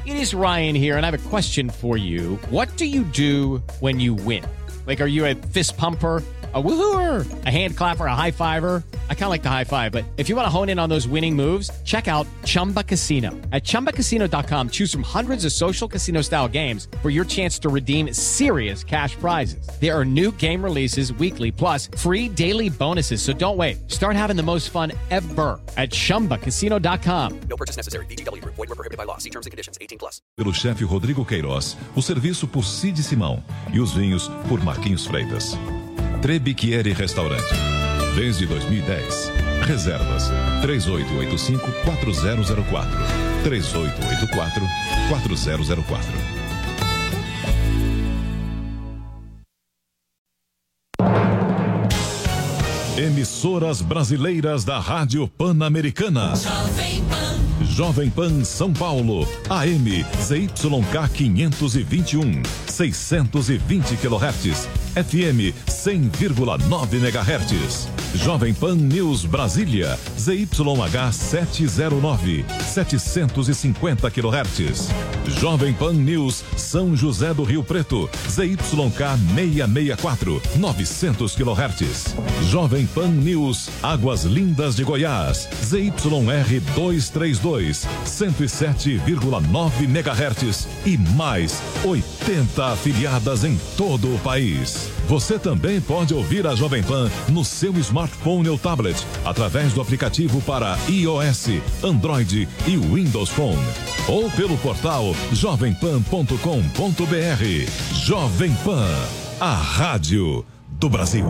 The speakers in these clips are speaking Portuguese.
It is Ryan here, and I have a question for you. What do you do when you win? Like, are you a fist pumper, a woohooer, a hand clapper, a high fiver? I kind of like the high five, but if you want to hone in on those winning moves, check out Chumba Casino. At ChumbaCasino.com, choose from hundreds of social casino-style games for your chance to redeem serious cash prizes. There are new game releases weekly, plus free daily bonuses. So don't wait. Start having the most fun ever at ChumbaCasino.com. No purchase necessary. VGW Group. Void where prohibited by law. See terms and conditions. 18+. Pelo chefe Rodrigo Queiroz, o serviço por Cid Simão e os vinhos por Marquinhos Freitas. Trebiquieri Restaurante. Desde 2010. Reservas 3885-4004. 3884-4004. Emissoras brasileiras da Rádio Pan-Americana. Jovem Pan São Paulo, AM ZYK 521, 620 kHz, FM 100,9 MHz. Jovem Pan News Brasília, ZYH 709, 750 kHz. Jovem Pan News São José do Rio Preto, ZYK 664, 900 kHz. Jovem Pan News Águas Lindas de Goiás, ZYR 232, 107,9 MHz e mais 80 afiliadas em todo o país. Você também pode ouvir a Jovem Pan no seu smartphone ou tablet, através do aplicativo para iOS, Android e Windows Phone. Ou pelo portal jovempan.com.br. Jovem Pan, a rádio do Brasil.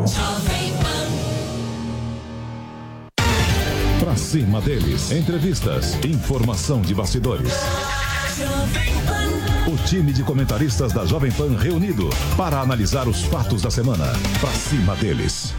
Pra cima deles, entrevistas, informação de bastidores. O time de comentaristas da Jovem Pan reunido para analisar os fatos da semana. Pra cima deles.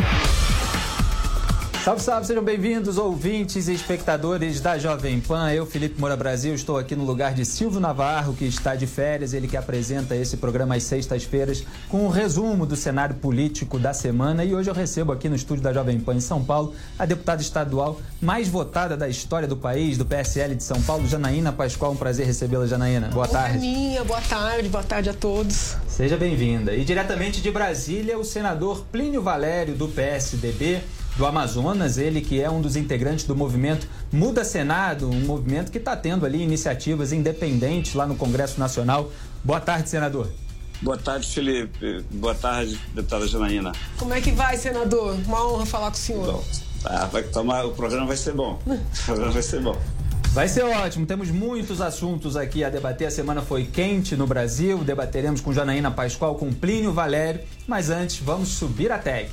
Salve, salve, sejam bem-vindos, ouvintes e espectadores da Jovem Pan. Eu, Felipe Moura Brasil, estou aqui no lugar de Silvio Navarro, que está de férias, ele que apresenta esse programa às sextas-feiras com um resumo do cenário político da semana. E hoje eu recebo aqui no estúdio da Jovem Pan em São Paulo a deputada estadual mais votada da história do país, do PSL de São Paulo, Janaína Pascoal. Um prazer recebê-la, Janaína. Boa tarde. Boa tarde a todos. Seja bem-vinda. E diretamente de Brasília, o senador Plínio Valério, do PSDB, do Amazonas, ele que é um dos integrantes do movimento Muda Senado, um movimento que está tendo ali iniciativas independentes lá no Congresso Nacional. Boa tarde, senador. Boa tarde, Felipe. Boa tarde, deputada Janaína. Como é que vai, senador? Uma honra falar com o senhor. Bom, o programa vai ser bom. Vai ser ótimo, temos muitos assuntos aqui a debater. A semana foi quente no Brasil, debateremos com Janaína Pascoal, com Plínio Valério, mas antes vamos subir a tag.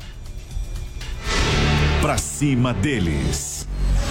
Pra cima deles.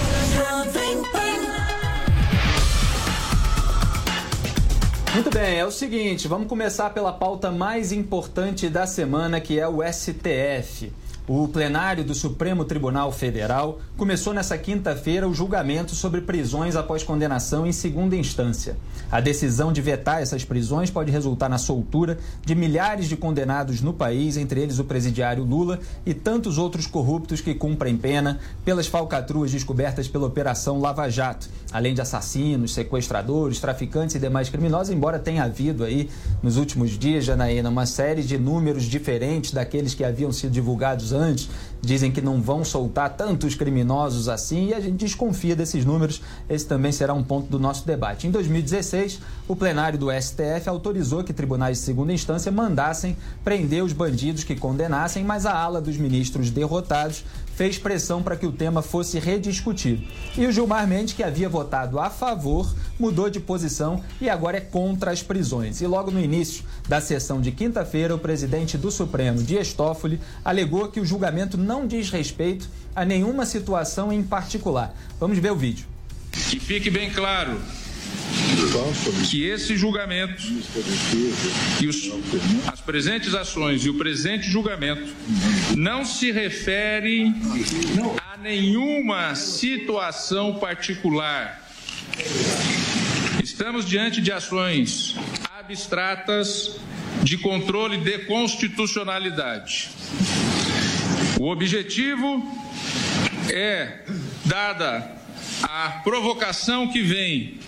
Muito bem, é o seguinte, vamos começar pela pauta mais importante da semana, que é o STF. O plenário do Supremo Tribunal Federal começou nesta quinta-feira o julgamento sobre prisões após condenação em segunda instância. A decisão de vetar essas prisões pode resultar na soltura de milhares de condenados no país, entre eles o presidiário Lula e tantos outros corruptos que cumprem pena pelas falcatruas descobertas pela Operação Lava Jato, além de assassinos, sequestradores, traficantes e demais criminosos, embora tenha havido aí nos últimos dias, Janaína, uma série de números diferentes daqueles que haviam sido divulgados antes. Dizem que não vão soltar tantos criminosos assim e a gente desconfia desses números. Esse também será um ponto do nosso debate. Em 2016, o plenário do STF autorizou que tribunais de segunda instância mandassem prender os bandidos que condenassem, mas a ala dos ministros derrotados fez pressão para que o tema fosse rediscutido. E o Gilmar Mendes, que havia votado a favor, mudou de posição e agora é contra as prisões. E logo no início da sessão de quinta-feira, o presidente do Supremo, Dias Toffoli, alegou que o julgamento não diz respeito a nenhuma situação em particular. Vamos ver o vídeo. Que fique bem claro que esse julgamento e as presentes ações e o presente julgamento não se refere a nenhuma situação particular. Estamos diante de ações abstratas de controle de constitucionalidade. O objetivo é, dada a provocação que vem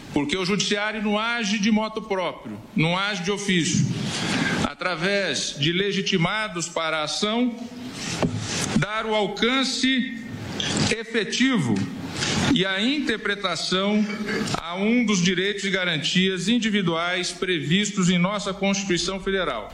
porque o judiciário não age de motu próprio, não age de ofício. Através de legitimados para a ação, dar o alcance efetivo e a interpretação a um dos direitos e garantias individuais previstos em nossa Constituição Federal.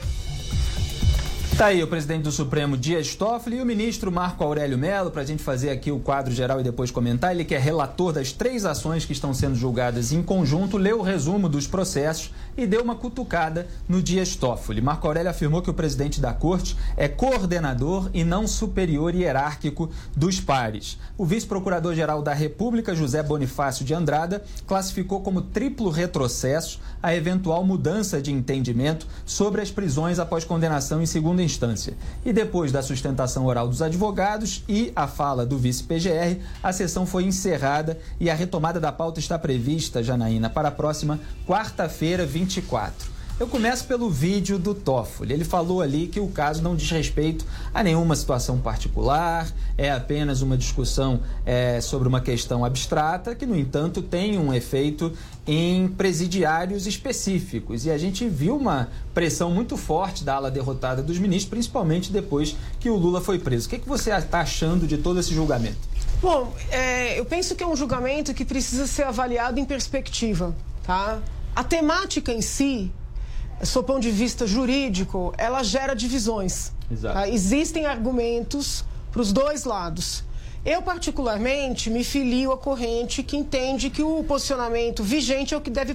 Está aí o presidente do Supremo, Dias Toffoli, e o ministro Marco Aurélio Mello, para a gente fazer aqui o quadro geral e depois comentar. Ele que é relator das 3 ações que estão sendo julgadas em conjunto, leu o resumo dos processos e deu uma cutucada no Dias Toffoli. Marco Aurélio afirmou que o presidente da corte é coordenador e não superior hierárquico dos pares. O vice-procurador-geral da República, José Bonifácio de Andrada, classificou como triplo retrocesso a eventual mudança de entendimento sobre as prisões após condenação em segunda instância. E depois da sustentação oral dos advogados e a fala do vice-PGR, a sessão foi encerrada e a retomada da pauta está prevista, Janaína, para a próxima quarta-feira, 24. Eu começo pelo vídeo do Toffoli. Ele falou ali que o caso não diz respeito a nenhuma situação particular, é apenas uma discussão sobre uma questão abstrata, que, no entanto, tem um efeito em presidiários específicos. E a gente viu uma pressão muito forte da ala derrotada dos ministros, principalmente depois que o Lula foi preso. O que você está achando de todo esse julgamento? Bom, eu penso que é um julgamento que precisa ser avaliado em perspectiva, tá? A temática em si, sob o ponto de vista jurídico, ela gera divisões. Exato. Tá? Existem argumentos para os dois lados. Eu, particularmente, me filio à corrente que entende que o posicionamento vigente é o que deve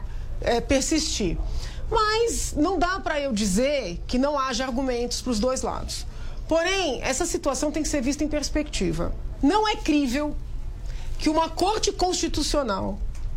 persistir. Mas não dá para eu dizer que não haja argumentos para os dois lados. Porém, essa situação tem que ser vista em perspectiva. Não é crível que uma Corte Constitucional,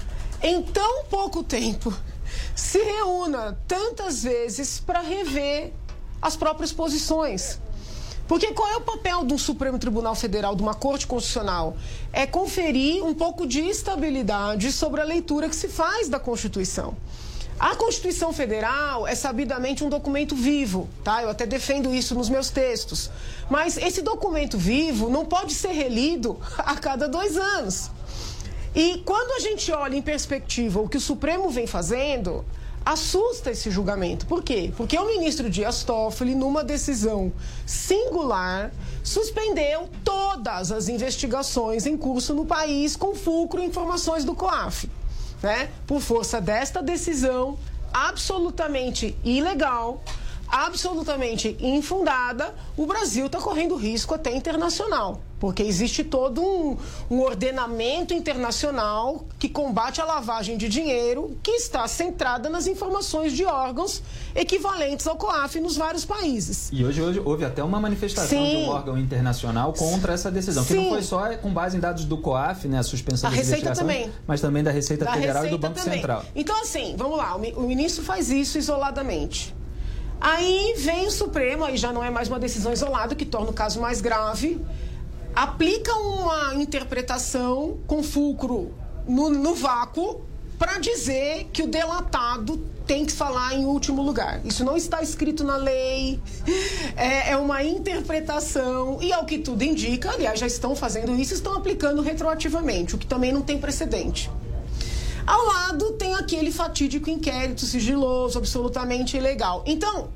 em tão pouco tempo, se reúna tantas vezes para rever as próprias posições. Porque qual é o papel de um Supremo Tribunal Federal, de uma Corte Constitucional? É conferir um pouco de estabilidade sobre a leitura que se faz da Constituição. A Constituição Federal é sabidamente um documento vivo, tá? Eu até defendo isso nos meus textos. Mas esse documento vivo não pode ser relido a cada 2 anos. E quando a gente olha em perspectiva o que o Supremo vem fazendo, assusta esse julgamento. Por quê? Porque o ministro Dias Toffoli, numa decisão singular, suspendeu todas as investigações em curso no país com fulcro em informações do COAF. Né? Por força desta decisão absolutamente ilegal, absolutamente infundada, o Brasil está correndo risco até internacional, porque existe todo um ordenamento internacional que combate a lavagem de dinheiro, que está centrada nas informações de órgãos equivalentes ao COAF nos vários países. E hoje houve até uma manifestação de um órgão internacional contra essa decisão, que não foi só com base em dados do COAF, né, a suspensão das investigações, mas também da Receita Federal e do Banco Central. Então, assim, vamos lá, o ministro faz isso isoladamente. Aí vem o Supremo, aí já não é mais uma decisão isolada, que torna o caso mais grave, aplica uma interpretação com fulcro no vácuo para dizer que o delatado tem que falar em último lugar. Isso não está escrito na lei, é uma interpretação, e ao que tudo indica, aliás, já estão fazendo isso, estão aplicando retroativamente, o que também não tem precedente. Ao lado tem aquele fatídico inquérito sigiloso, absolutamente ilegal. Então,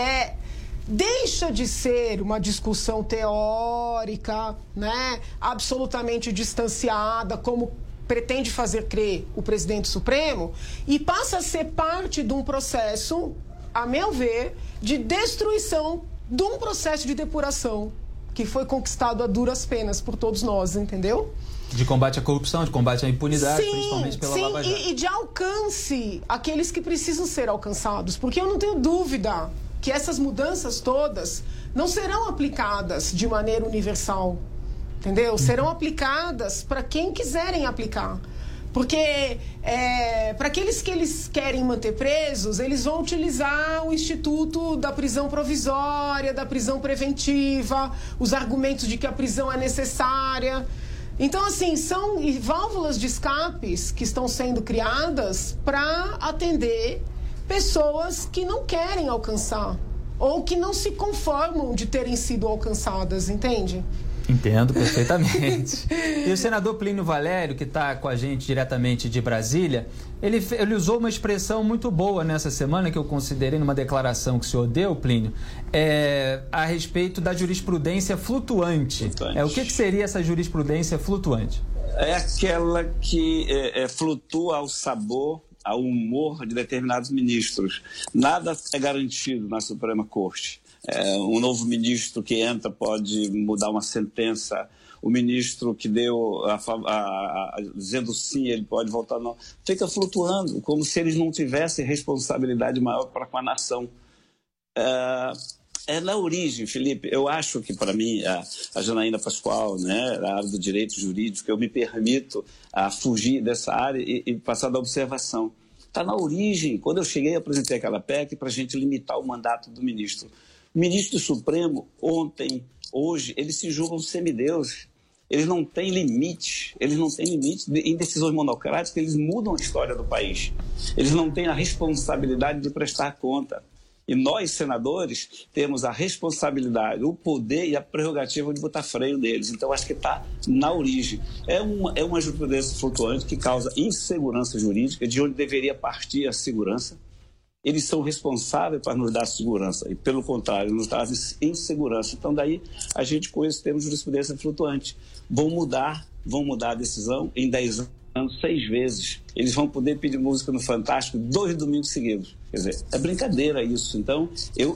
deixa de ser uma discussão teórica, né, absolutamente distanciada, como pretende fazer crer o presidente Supremo, e passa a ser parte de um processo, a meu ver, de destruição de um processo de depuração que foi conquistado a duras penas por todos nós, entendeu? De combate à corrupção, de combate à impunidade, principalmente pela Lava Jato. E de alcance àqueles que precisam ser alcançados. Porque eu não tenho dúvida que essas mudanças todas não serão aplicadas de maneira universal, entendeu? Serão aplicadas para quem quiserem aplicar. Porque para aqueles que eles querem manter presos, eles vão utilizar o instituto da prisão provisória, da prisão preventiva, os argumentos de que a prisão é necessária. Então, assim, são válvulas de escapes que estão sendo criadas para atender pessoas que não querem alcançar ou que não se conformam de terem sido alcançadas, entende? Entendo perfeitamente. E o senador Plínio Valério, que está com a gente diretamente de Brasília, ele usou uma expressão muito boa nessa semana, que eu considerei numa declaração que o senhor deu, Plínio, a respeito da jurisprudência flutuante. O que seria essa jurisprudência flutuante? É aquela que flutua ao sabor, ao humor de determinados ministros. Nada é garantido na Suprema Corte. Um novo ministro que entra pode mudar uma sentença, o ministro que deu dizendo sim, ele pode voltar não. Fica flutuando, como se eles não tivessem responsabilidade maior para com a nação. Na origem, Felipe, eu acho que, para mim, a Janaína Pascoal, né, a área do direito jurídico, eu me permito fugir dessa área e passar da observação. Está na origem. Quando eu cheguei, eu apresentei aquela PEC para a gente limitar o mandato do ministro. O ministro do Supremo, ontem, hoje, eles se julgam semideuses. Eles não têm limite. Eles não têm limite. Em decisões monocráticas, eles mudam a história do país. Eles não têm a responsabilidade de prestar conta. E nós, senadores, temos a responsabilidade, o poder e a prerrogativa de botar freio neles. Então, acho que está na origem. É uma jurisprudência flutuante que causa insegurança jurídica, de onde deveria partir a segurança. Eles são responsáveis para nos dar segurança e, pelo contrário, nos trazem insegurança. Então, daí, a gente com isso temos jurisprudência flutuante. Vão mudar a decisão em 10 anos, 6 vezes. Eles vão poder pedir música no Fantástico 2 domingos seguidos. Quer dizer, é brincadeira isso. Então,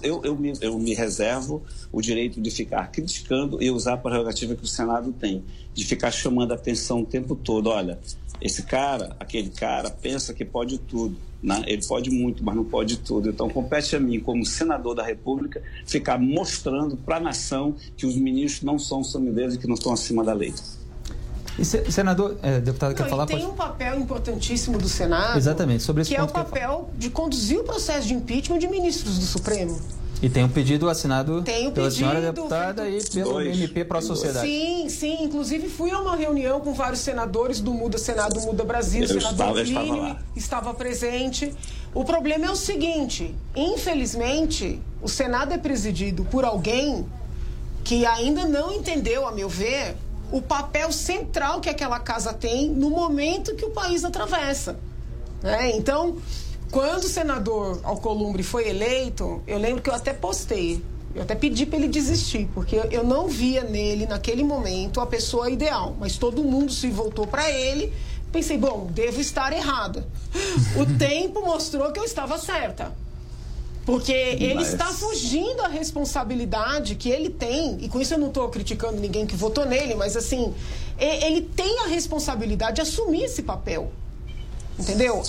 eu me reservo o direito de ficar criticando e usar a prerrogativa que o Senado tem, de ficar chamando a atenção o tempo todo. Olha, esse cara, aquele cara, pensa que pode tudo. Né? Ele pode muito, mas não pode tudo. Então, compete a mim, como senador da República, ficar mostrando para a nação que os ministros não são semideuses e que não estão acima da lei. E senador, deputado, quer falar? Tem um papel importantíssimo do Senado. Exatamente, sobre esse que ponto é o papel de conduzir o processo de impeachment de ministros do Supremo. E tem um pedido assinado pela senhora deputada e pelo MP Pró Sociedade. Sim. Inclusive, fui a uma reunião com vários senadores do Muda Senado, Muda Brasil. O senador Plínio estava presente. O problema é o seguinte: infelizmente, o Senado é presidido por alguém que ainda não entendeu, a meu ver, o papel central que aquela casa tem no momento que o país atravessa. Então, quando o senador Alcolumbre foi eleito, eu lembro que eu até postei, eu até pedi para ele desistir, porque eu não via nele, naquele momento, a pessoa ideal. Mas todo mundo se voltou para ele. Pensei, bom, devo estar errada. O tempo mostrou que eu estava certa. Porque ele está fugindo da responsabilidade que ele tem, e com isso eu não estou criticando ninguém que votou nele, mas assim, ele tem a responsabilidade de assumir esse papel. Entendeu?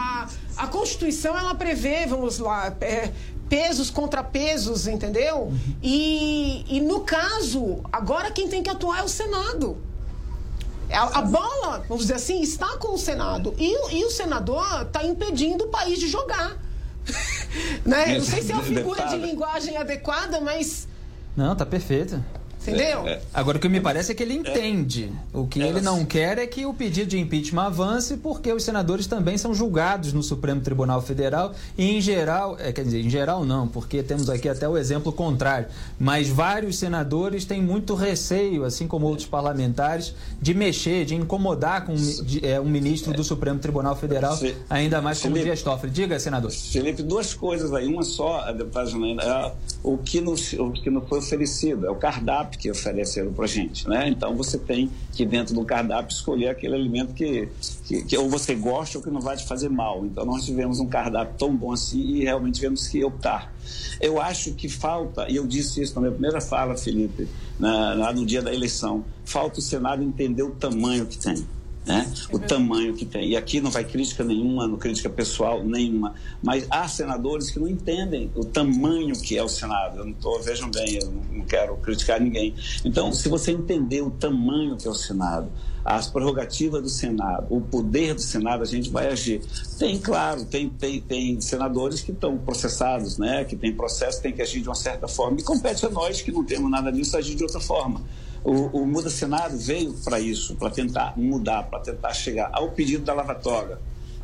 A Constituição, ela prevê, vamos lá, pesos, contrapesos, entendeu? E no caso, agora quem tem que atuar é o Senado. A bola, vamos dizer assim, está com o Senado. E o senador está impedindo o país de jogar. Né? Não sei se é uma figura de linguagem adequada, mas... Não, tá perfeito. Entendeu? Agora, o que me parece é que ele entende. O que ele não quer é que o pedido de impeachment avance, porque os senadores também são julgados no Supremo Tribunal Federal e, em geral, quer dizer, em geral não, porque temos aqui até o exemplo contrário, mas vários senadores têm muito receio, assim como outros parlamentares, de mexer, de incomodar com um ministro do Supremo Tribunal Federal, ainda mais como Dias Toffoli. Diga, senador. Felipe, duas coisas aí. Uma só, a deputada Janaína, o que não foi oferecido, é o cardápio que ofereceram para a gente, né? Então você tem que, dentro do cardápio, escolher aquele alimento que ou você gosta ou que não vai te fazer mal. Então nós tivemos um cardápio tão bom assim e realmente tivemos que optar. Eu acho que falta, e eu disse isso na minha primeira fala, Felipe, lá no dia da eleição, falta o Senado entender o tamanho que tem. Né? O tamanho que tem. E aqui não vai crítica nenhuma, não crítica pessoal nenhuma, mas há senadores que não entendem o tamanho que é o Senado. Vejam bem, eu não quero criticar ninguém. Então, se você entender o tamanho que é o Senado, as prerrogativas do Senado, o poder do Senado, a gente vai agir. Tem, claro, tem senadores que estão processados, né? Que tem processo, tem que agir de uma certa forma. E compete a nós, que não temos nada disso, agir de outra forma. O Muda Senado veio para isso, para tentar mudar, para tentar chegar ao pedido da Lava Toga.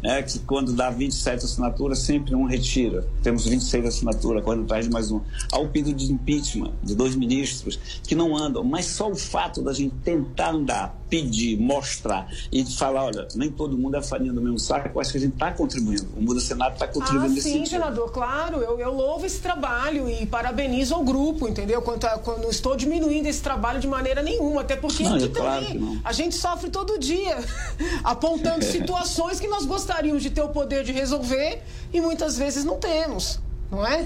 né, que quando dá 27 assinaturas, sempre um retira. Temos 26 assinaturas, correndo atrás de mais um. Há o pedido de impeachment de 2 ministros que não andam, mas só o fato da gente tentar andar, pedir, mostrar e falar, olha, nem todo mundo é farinha do mesmo saco, eu acho que a gente está contribuindo. O Muda Senado está contribuindo nesse sentido. Sim, senador, claro, eu louvo esse trabalho e parabenizo ao grupo, entendeu? Quando não estou diminuindo esse trabalho de maneira nenhuma, até porque aqui também a gente sofre todo dia, apontando situações que nós gostaríamos de ter o poder de resolver e muitas vezes não temos, não é?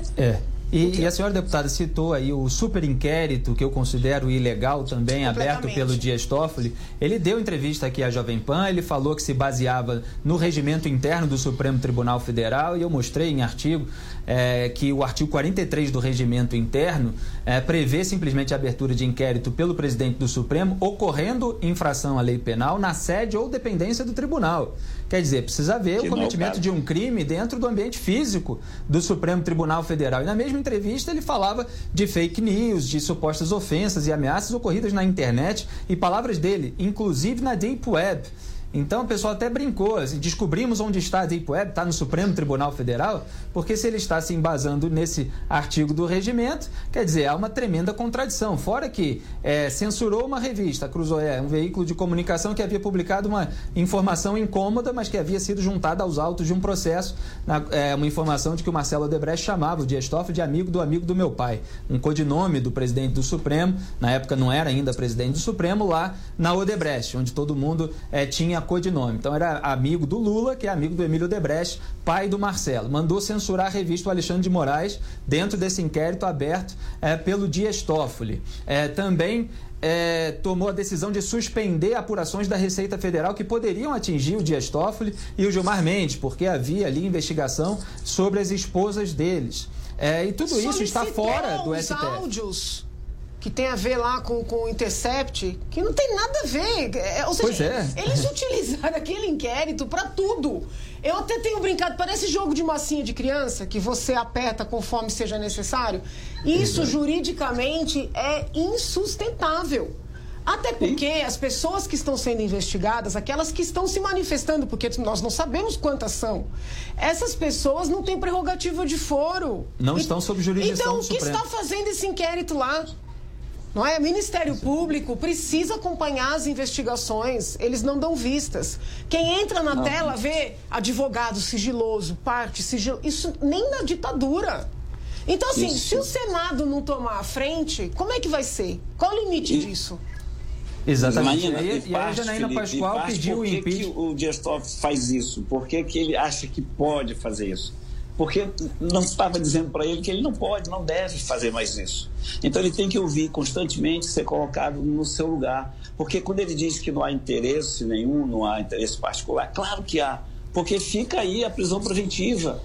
E a senhora deputada citou aí o super inquérito, que eu considero ilegal também, aberto pelo Dias Toffoli. Ele deu entrevista aqui à Jovem Pan, ele falou que se baseava no regimento interno do Supremo Tribunal Federal, e eu mostrei em artigo que o artigo 43 do regimento interno prevê simplesmente a abertura de inquérito pelo presidente do Supremo, ocorrendo infração à lei penal na sede ou dependência do tribunal. Quer dizer, precisa haver o cometimento de um crime dentro do ambiente físico do Supremo Tribunal Federal. E na mesma entrevista ele falava de fake news, de supostas ofensas e ameaças ocorridas na internet e palavras dele, inclusive na Deep Web. Então o pessoal até brincou, assim, descobrimos onde está a Deep Web, está no Supremo Tribunal Federal, porque se ele está se embasando nesse artigo do regimento, quer dizer, há uma tremenda contradição. Fora que censurou uma revista, a Cruzoé, um veículo de comunicação que havia publicado uma informação incômoda, mas que havia sido juntada aos autos de um processo, uma informação de que o Marcelo Odebrecht chamava o Dias Toffoli de amigo do meu pai, um codinome do presidente do Supremo, na época não era ainda presidente do Supremo, lá na Odebrecht, onde todo mundo tinha codinome. Então era amigo do Lula, que é amigo do Emílio Odebrecht, pai do Marcelo. Mandou censurar a revista Alexandre de Moraes dentro desse inquérito aberto pelo Dias Toffoli. Também tomou a decisão de suspender apurações da Receita Federal que poderiam atingir o Dias Toffoli e o Gilmar Mendes, porque havia ali investigação sobre as esposas deles. E tudo isso está fora do STF. Áudios que tem a ver lá com o Intercept, que não tem nada a ver. Ou seja, eles utilizaram aquele inquérito para tudo. Eu até tenho brincado, parece jogo de massinha de criança, que você aperta conforme seja necessário. Isso, juridicamente, é insustentável. Até porque as pessoas que estão sendo investigadas, aquelas que estão se manifestando, porque nós não sabemos quantas são, essas pessoas não têm prerrogativa de foro. Não estão sob jurisdição do Supremo. Então, o que está fazendo esse inquérito lá? Não é? O Ministério Público precisa acompanhar as investigações, eles não dão vistas. Quem entra na tela vê advogado sigiloso, parte sigiloso, isso nem na ditadura. Então, assim, se o Senado não tomar a frente, como é que vai ser? Qual o limite disso? Exatamente. E aí a Janaína Pascoal pediu o impeachment. Por que o Dias Toffoli faz isso? Por que ele acha que pode fazer isso? Porque não estava dizendo para ele que ele não pode, não deve fazer mais isso. Então ele tem que ouvir constantemente, ser colocado no seu lugar. Porque quando ele diz que não há interesse nenhum, não há interesse particular, claro que há. Porque fica aí a prisão preventiva.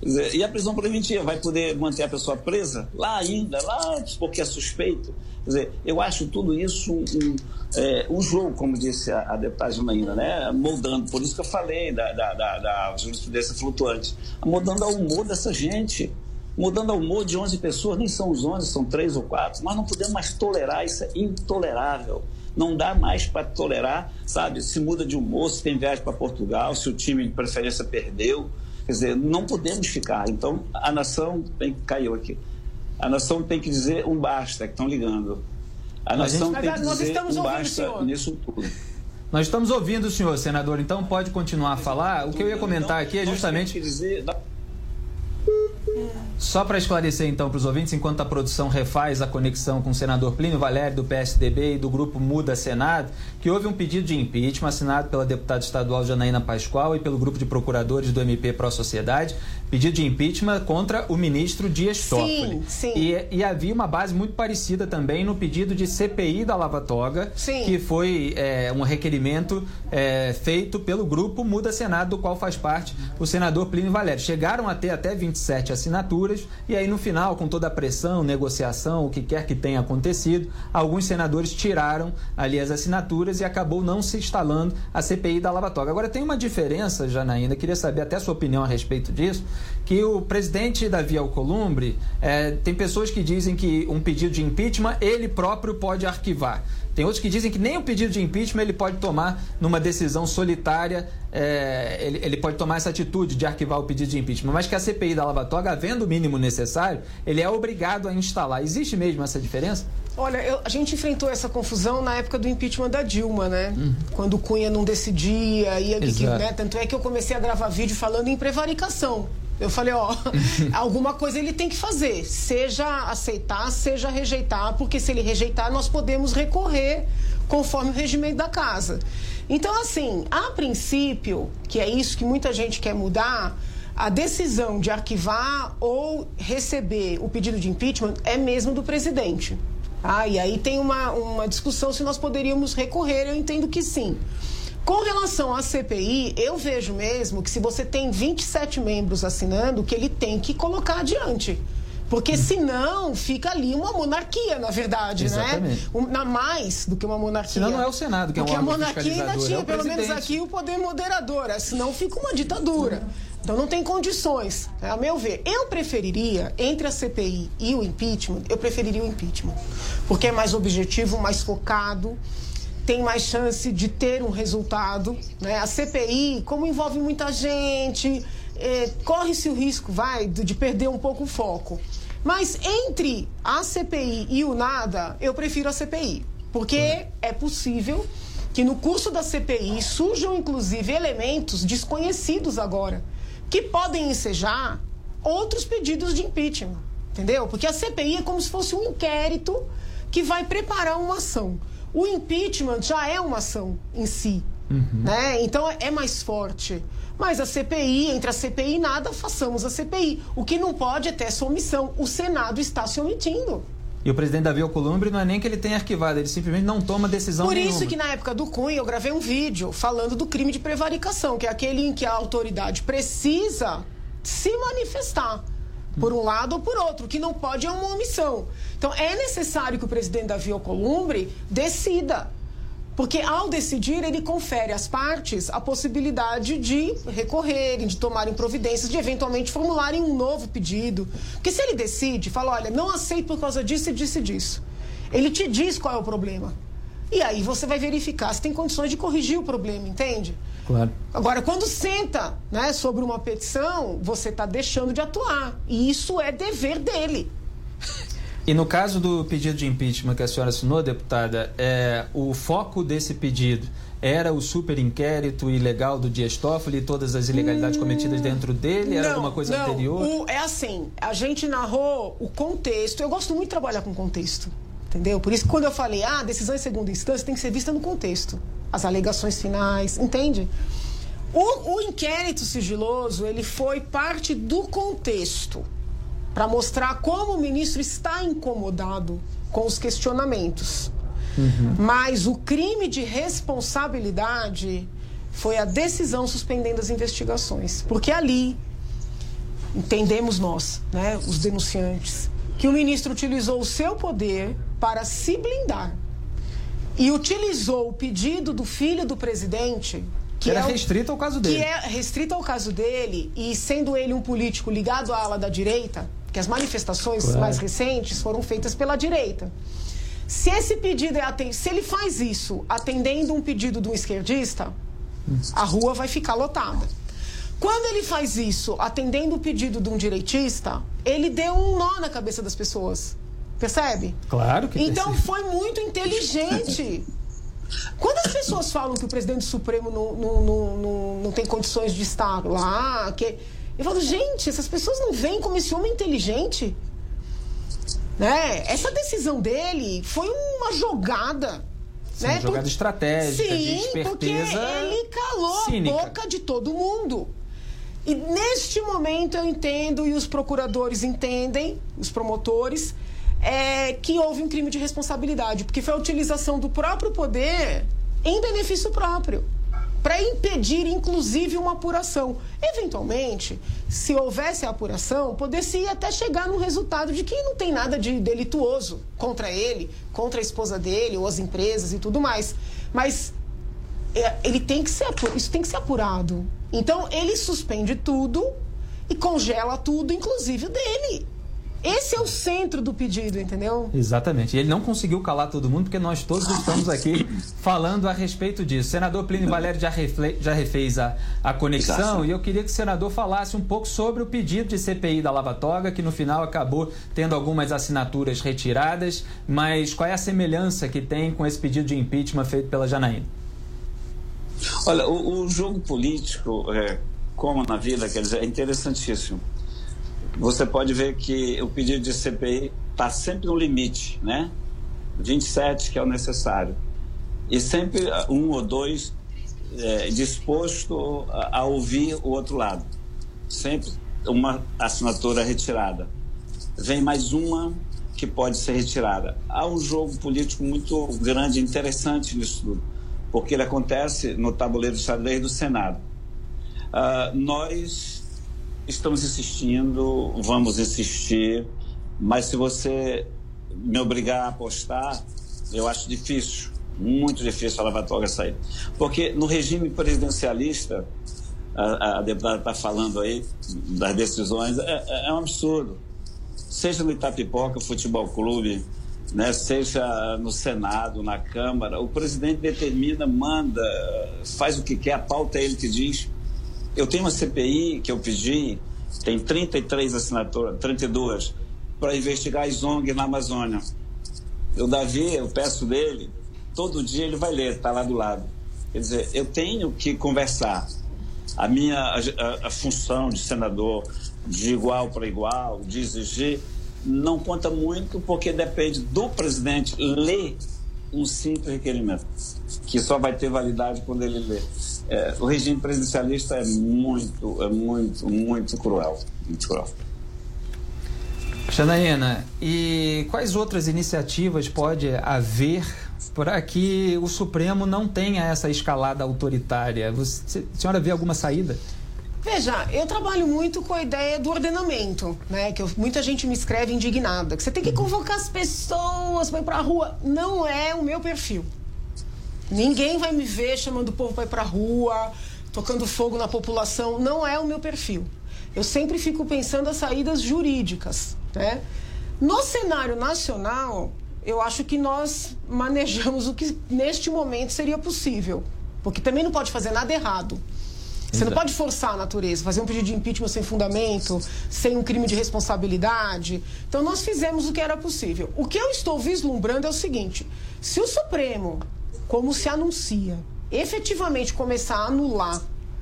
E a prisão preventiva vai poder manter a pessoa presa lá ainda, lá porque é suspeito. Quer dizer, eu acho tudo isso um jogo, como disse a deputada Janaína, né? Moldando, por isso que eu falei da jurisprudência flutuante, moldando ao humor dessa gente, mudando ao humor de 11 pessoas, nem são os 11, são 3 ou 4, nós não podemos mais tolerar, isso é intolerável. Não dá mais para tolerar, sabe? Se muda de humor, se tem viagem para Portugal, se o time de preferência perdeu. Quer dizer, não podemos ficar. Então, a nação caiu aqui. A nação tem que dizer um basta, que estão ligando. A nação tem que dizer um basta nisso tudo. Nós estamos ouvindo o senhor, senador, então pode continuar a falar. O que eu ia comentar aqui é justamente... Só para esclarecer então para os ouvintes, enquanto a produção refaz a conexão com o senador Plínio Valério do PSDB e do grupo Muda Senado, que houve um pedido de impeachment assinado pela deputada estadual Janaína Pascoal e pelo grupo de procuradores do MP Pró Sociedade, pedido de impeachment contra o ministro Dias Toffoli. Sim. E havia uma base muito parecida também no pedido de CPI da Lava Toga, que foi um requerimento feito pelo grupo Muda Senado, do qual faz parte o senador Plínio Valério. Chegaram a ter até 27 assinaturas, e aí no final, com toda a pressão, negociação, o que quer que tenha acontecido, alguns senadores tiraram ali as assinaturas e acabou não se instalando a CPI da Lava Toga. Agora tem uma diferença, Janaína, queria saber até a sua opinião a respeito disso, que o presidente Davi Alcolumbre, tem pessoas que dizem que um pedido de impeachment ele próprio pode arquivar. Tem outros que dizem que nem o pedido de impeachment ele pode tomar numa decisão solitária, ele pode tomar essa atitude de arquivar o pedido de impeachment, mas que a CPI da Lava Toga, havendo o mínimo necessário, ele é obrigado a instalar. Existe mesmo essa diferença? Olha, a gente enfrentou essa confusão na época do impeachment da Dilma, né? Quando o Cunha não decidia, né? Tanto é que eu comecei a gravar vídeo falando em prevaricação. Eu falei, alguma coisa ele tem que fazer, seja aceitar, seja rejeitar, porque se ele rejeitar, nós podemos recorrer conforme o regimento da casa. Então, assim, a princípio, que é isso que muita gente quer mudar, a decisão de arquivar ou receber o pedido de impeachment é mesmo do presidente. E aí tem uma discussão se nós poderíamos recorrer, eu entendo que sim. Com relação à CPI, eu vejo mesmo que se você tem 27 membros assinando, que ele tem que colocar adiante. Porque senão fica ali uma monarquia, na verdade, exatamente, né? Mais do que uma monarquia. Senão não é o Senado, que é um órgão fiscalizador. Porque a monarquia ainda tinha, pelo menos aqui, o poder moderador. Senão fica uma ditadura. Então não tem condições, a meu ver. Eu preferiria, entre a CPI e o impeachment, eu preferiria o impeachment. Porque é mais objetivo, mais focado, tem mais chance de ter um resultado, né? A CPI, como envolve muita gente, corre-se o risco, de perder um pouco o foco. Mas entre a CPI e o nada, eu prefiro a CPI. Porque é possível que no curso da CPI surjam, inclusive, elementos desconhecidos agora, que podem ensejar outros pedidos de impeachment, entendeu? Porque a CPI é como se fosse um inquérito que vai preparar uma ação. O impeachment já é uma ação em si, né? Então é mais forte. Mas a CPI, entre a CPI e nada, façamos a CPI. O que não pode é ter essa omissão. O Senado está se omitindo. E o presidente Davi Alcolumbre não é nem que ele tenha arquivado, ele simplesmente não toma decisão nenhuma. Por isso que na época do Cunha eu gravei um vídeo falando do crime de prevaricação, que é aquele em que a autoridade precisa se manifestar, por um lado ou por outro, que não pode é uma omissão. Então é necessário que o presidente Davi Alcolumbre decida, porque ao decidir ele confere às partes a possibilidade de recorrerem, de tomarem providências, de eventualmente formularem um novo pedido. Porque se ele decide, fala, olha, não aceito por causa disso e disso e disso, ele te diz qual é o problema. E aí você vai verificar se tem condições de corrigir o problema, entende? Claro. Agora, quando senta, né, sobre uma petição, você está deixando de atuar. E isso é dever dele. E no caso do pedido de impeachment que a senhora assinou, deputada, o foco desse pedido era o super inquérito ilegal do Dias Toffoli e todas as ilegalidades cometidas dentro dele? Era alguma coisa anterior? É assim, a gente narrou o contexto. Eu gosto muito de trabalhar com contexto, entendeu? Por isso que quando eu falei, decisão em segunda instância tem que ser vista no contexto. As alegações finais, entende? O inquérito sigiloso, ele foi parte do contexto, para mostrar como o ministro está incomodado com os questionamentos. Mas o crime de responsabilidade foi a decisão suspendendo as investigações. Porque ali, entendemos nós, né, os denunciantes, que o ministro utilizou o seu poder para se blindar. E utilizou o pedido do filho do presidente... Que era restrito ao caso dele. Que é restrito ao caso dele, e sendo ele um político ligado à ala da direita, que as manifestações mais recentes foram feitas pela direita. Se esse pedido se ele faz isso atendendo um pedido de um esquerdista, a rua vai ficar lotada. Quando ele faz isso atendendo o pedido de um direitista, ele deu um nó na cabeça das pessoas. Percebe? Claro que então foi muito inteligente. Quando as pessoas falam que o presidente Supremo não tem condições de estar lá, eu falo, gente, essas pessoas não veem como esse homem é inteligente, né? Essa decisão dele foi uma jogada, sim, né? Jogada estratégica, sim, de esperteza, porque ele calou cínica. A boca de todo mundo. E neste momento eu entendo, e os procuradores entendem, os promotores, que houve um crime de responsabilidade, porque foi a utilização do próprio poder em benefício próprio, para impedir, inclusive, uma apuração. Eventualmente, se houvesse a apuração, poderia até chegar no resultado de que não tem nada de delituoso contra ele, contra a esposa dele, ou as empresas e tudo mais. Mas isso tem que ser apurado. Então, ele suspende tudo e congela tudo, inclusive o dele. Esse é o centro do pedido, entendeu? Exatamente. E ele não conseguiu calar todo mundo, porque nós todos estamos aqui falando a respeito disso. O senador Plínio Valério já refez a conexão, e eu queria que o senador falasse um pouco sobre o pedido de CPI da Lava Toga, que no final acabou tendo algumas assinaturas retiradas, mas qual é a semelhança que tem com esse pedido de impeachment feito pela Janaína? Olha, o jogo político, como na vida, quer dizer, é interessantíssimo. Você pode ver que o pedido de CPI está sempre no limite, né? 27, que é o necessário. E sempre um ou dois disposto a ouvir o outro lado. Sempre uma assinatura retirada. Vem mais uma que pode ser retirada. Há um jogo político muito grande e interessante nisso tudo, porque ele acontece no tabuleiro de xadrez do Senado. Nós estamos insistindo, vamos insistir, mas se você me obrigar a apostar, eu acho difícil, muito difícil a Lava Toga sair. Porque no regime presidencialista, a deputada está falando aí das decisões, é um absurdo. Seja no Itapipoca Futebol Clube, né, seja no Senado, na Câmara, o presidente determina, manda, faz o que quer, a pauta é ele que diz. Eu tenho uma CPI que eu pedi, tem 33 assinaturas, 32, para investigar as ONGs na Amazônia. O Davi, eu peço dele, todo dia ele vai ler, está lá do lado. Quer dizer, eu tenho que conversar. A função de senador, de igual para igual, de exigir, não conta muito, porque depende do presidente ler um simples requerimento, que só vai ter validade quando ele lê. O regime presidencialista é muito cruel. Muito cruel. Janaína, e quais outras iniciativas pode haver para que o Supremo não tenha essa escalada autoritária? A senhora vê alguma saída? Veja, eu trabalho muito com a ideia do ordenamento, né? Que muita gente me escreve indignada, que você tem que convocar as pessoas para ir para a rua. Não é o meu perfil. Ninguém vai me ver chamando o povo para ir para a rua, tocando fogo na população. Não é o meu perfil. Eu sempre fico pensando as saídas jurídicas, né? No cenário nacional, eu acho que nós manejamos o que neste momento seria possível, porque também não pode fazer nada errado. Você não pode forçar a natureza, fazer um pedido de impeachment sem fundamento, sem um crime de responsabilidade. Então, nós fizemos o que era possível. O que eu estou vislumbrando é o seguinte: se o Supremo, como se anuncia, efetivamente começar a anular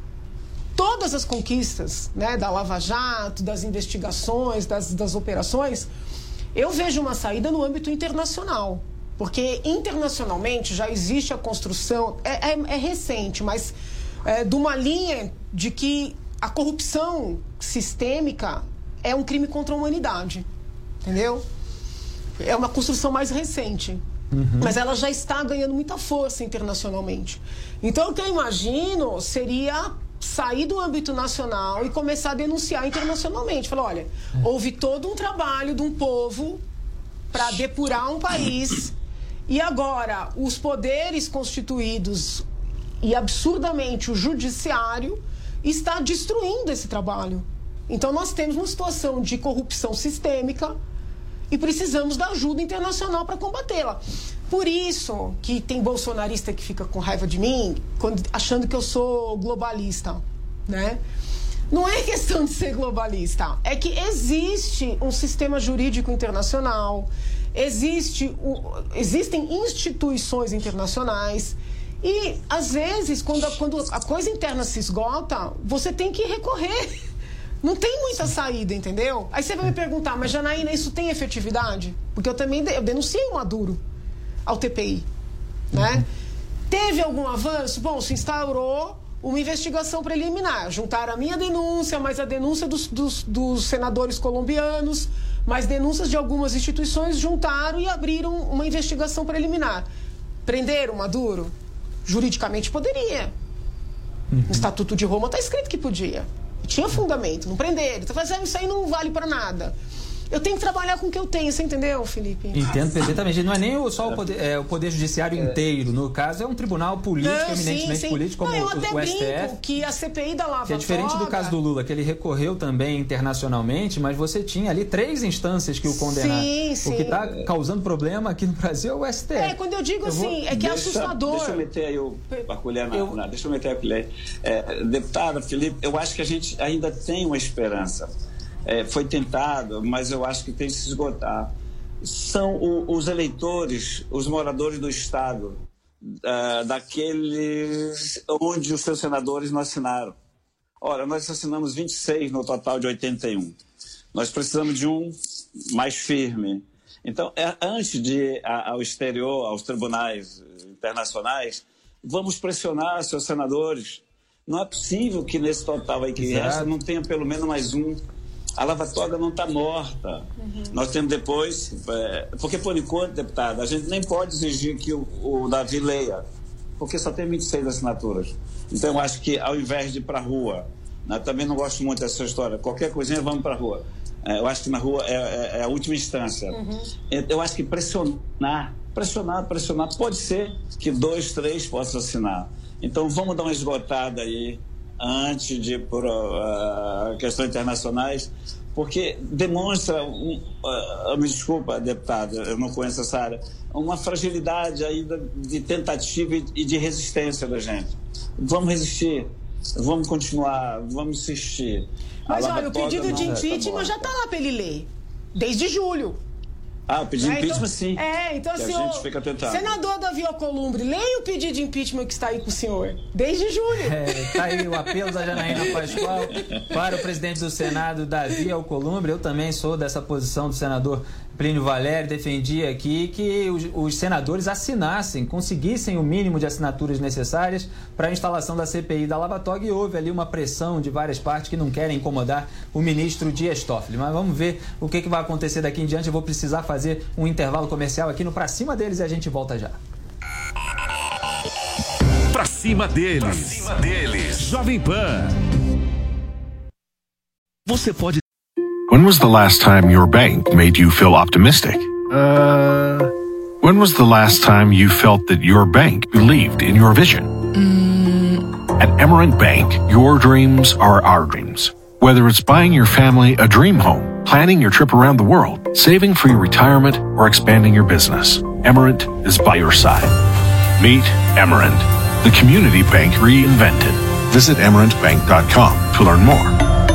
todas as conquistas, né, da Lava Jato, das investigações, das operações, eu vejo uma saída no âmbito internacional. Porque internacionalmente já existe a construção, é recente, mas de uma linha de que a corrupção sistêmica é um crime contra a humanidade. Entendeu? É uma construção mais recente. Mas ela já está ganhando muita força internacionalmente. Então, o que eu imagino seria sair do âmbito nacional e começar a denunciar internacionalmente. Falar, olha, houve todo um trabalho de um povo para depurar um país e agora os poderes constituídos e absurdamente o judiciário está destruindo esse trabalho. Então, nós temos uma situação de corrupção sistêmica e precisamos da ajuda internacional para combatê-la. Por isso que tem bolsonarista que fica com raiva de mim, achando que eu sou globalista, né? Não é questão de ser globalista, é que existe um sistema jurídico internacional, existem instituições internacionais e, às vezes, quando a coisa interna se esgota, você tem que recorrer. Não tem muita saída, entendeu? Aí você vai me perguntar, mas Janaína, isso tem efetividade? Porque eu denunciei o Maduro ao TPI, né? Teve algum avanço? Bom, se instaurou uma investigação preliminar. Juntaram a minha denúncia, mais a denúncia dos senadores colombianos, mais denúncias de algumas instituições, juntaram e abriram uma investigação preliminar. Prenderam o Maduro? Juridicamente poderia. No Estatuto de Roma está escrito que podia. Tinha fundamento, não prenderam. Então, isso aí não vale para nada. Eu tenho que trabalhar com o que eu tenho, você entendeu, Felipe? Entendo perfeitamente. Não é nem só o poder judiciário inteiro. No caso, é um tribunal político, eminentemente político, como eu até o STF. Que a CPI da Lava Toga... Que é diferente do caso do Lula, que ele recorreu também internacionalmente, mas você tinha ali 3 instâncias que o condenaram. Sim. O que está causando problema aqui no Brasil é o STF. Quando eu digo que é assustador. Deixa eu meter aí a colher deixa eu meter a colher. Deputada Felipe, eu acho que a gente ainda tem uma esperança. Foi tentado, mas eu acho que tem que se esgotar. São os eleitores, os moradores do Estado, daqueles onde os seus senadores não assinaram. Ora, nós assinamos 26 no total de 81. Nós precisamos de um mais firme. Então, antes de ir ao exterior, aos tribunais internacionais, vamos pressionar seus senadores. Não é possível que nesse total aí que resta não tenha pelo menos mais um. A Lava Toga não está morta. Nós temos depois... porque, por enquanto, deputada, a gente nem pode exigir que o Davi leia, porque só tem 26 assinaturas. Então, eu acho que, ao invés de ir para a rua, né, também não gosto muito dessa história, qualquer coisinha, vamos para a rua. Eu acho que na rua é a última instância. Eu acho que pressionar. Pode ser que 2, 3 possam assinar. Então, vamos dar uma esgotada aí, antes de ir por questões internacionais, porque demonstra, me desculpa, deputada, eu não conheço essa área, uma fragilidade ainda de tentativa e de resistência da gente. Vamos resistir, vamos continuar, vamos insistir. Mas olha, o pedido de impeachment já está lá para ele ler, desde julho. O pedido de impeachment, sim. Então assim, a gente fica tentando. Senador Davi Alcolumbre, leia o pedido de impeachment que está aí com o senhor, desde julho. Está aí o apelo da Janaína Pascoal para o presidente do Senado, Davi Alcolumbre. Eu também sou dessa posição do senador Plínio Valério, defendi aqui que os senadores assinassem, conseguissem o mínimo de assinaturas necessárias para a instalação da CPI da Lava Toga, e houve ali uma pressão de várias partes que não querem incomodar o ministro Dias Toffoli. Mas vamos ver o que vai acontecer daqui em diante. Eu vou precisar fazer um intervalo comercial aqui no Pra Cima Deles e a gente volta já. Pra Cima Deles. Jovem Pan. Você pode... When was the last time your bank made you feel optimistic? When was the last time you felt that your bank believed in your vision? At Emerald Bank, your dreams are our dreams. Whether it's buying your family a dream home, planning your trip around the world, saving for your retirement, or expanding your business, Emerald is by your side. Meet Emerald, the community bank reinvented. Visit emeraldbank.com to learn more.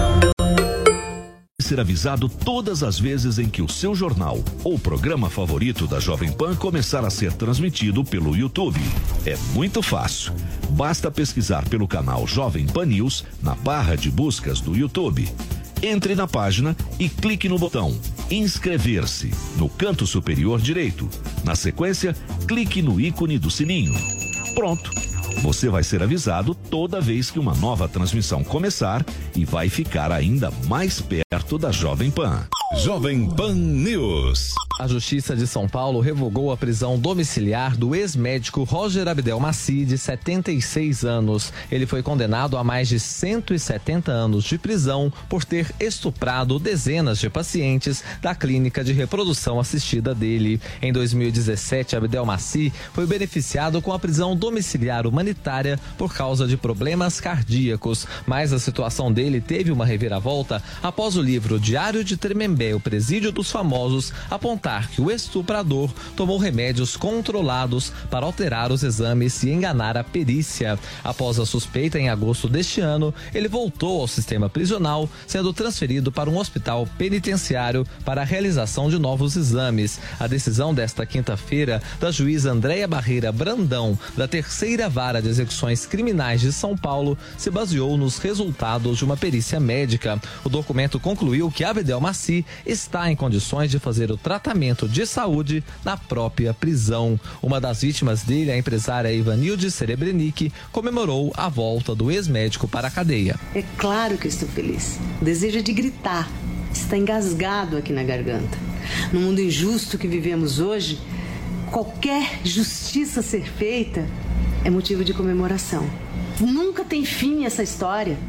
Ser avisado todas as vezes em que o seu jornal ou programa favorito da Jovem Pan começar a ser transmitido pelo YouTube. É muito fácil. Basta pesquisar pelo canal Jovem Pan News na barra de buscas do YouTube. Entre na página e clique no botão inscrever-se no canto superior direito. Na sequência, clique no ícone do sininho. Pronto! Você vai ser avisado toda vez que uma nova transmissão começar e vai ficar ainda mais perto da Jovem Pan. Jovem Pan News. A Justiça de São Paulo revogou a prisão domiciliar do ex-médico Roger Abdelmaci, de 76 anos. Ele foi condenado a mais de 170 anos de prisão por ter estuprado dezenas de pacientes da clínica de reprodução assistida dele. Em 2017, Abdelmaci foi beneficiado com a prisão domiciliar humanitária por causa de problemas cardíacos, mas a situação dele teve uma reviravolta após o livro Diário de Tremembé, o Presídio dos Famosos, apontar que o estuprador tomou remédios controlados para alterar os exames e enganar a perícia. Após a suspeita, em agosto deste ano, ele voltou ao sistema prisional, sendo transferido para um hospital penitenciário para a realização de novos exames. A decisão desta quinta-feira da juíza Andréia Barreira Brandão, da Terceira Vara de Execuções Criminais de São Paulo, se baseou nos resultados de uma perícia médica. O documento concluiu que Abdelmaci está em condições de fazer o tratamento de saúde na própria prisão. Uma das vítimas dele, a empresária Ivanilde Serebrenic, comemorou a volta do ex-médico para a cadeia. É claro que estou feliz. O desejo é de gritar. Está engasgado aqui na garganta. No mundo injusto que vivemos hoje, qualquer justiça ser feita é motivo de comemoração. Nunca tem fim essa história.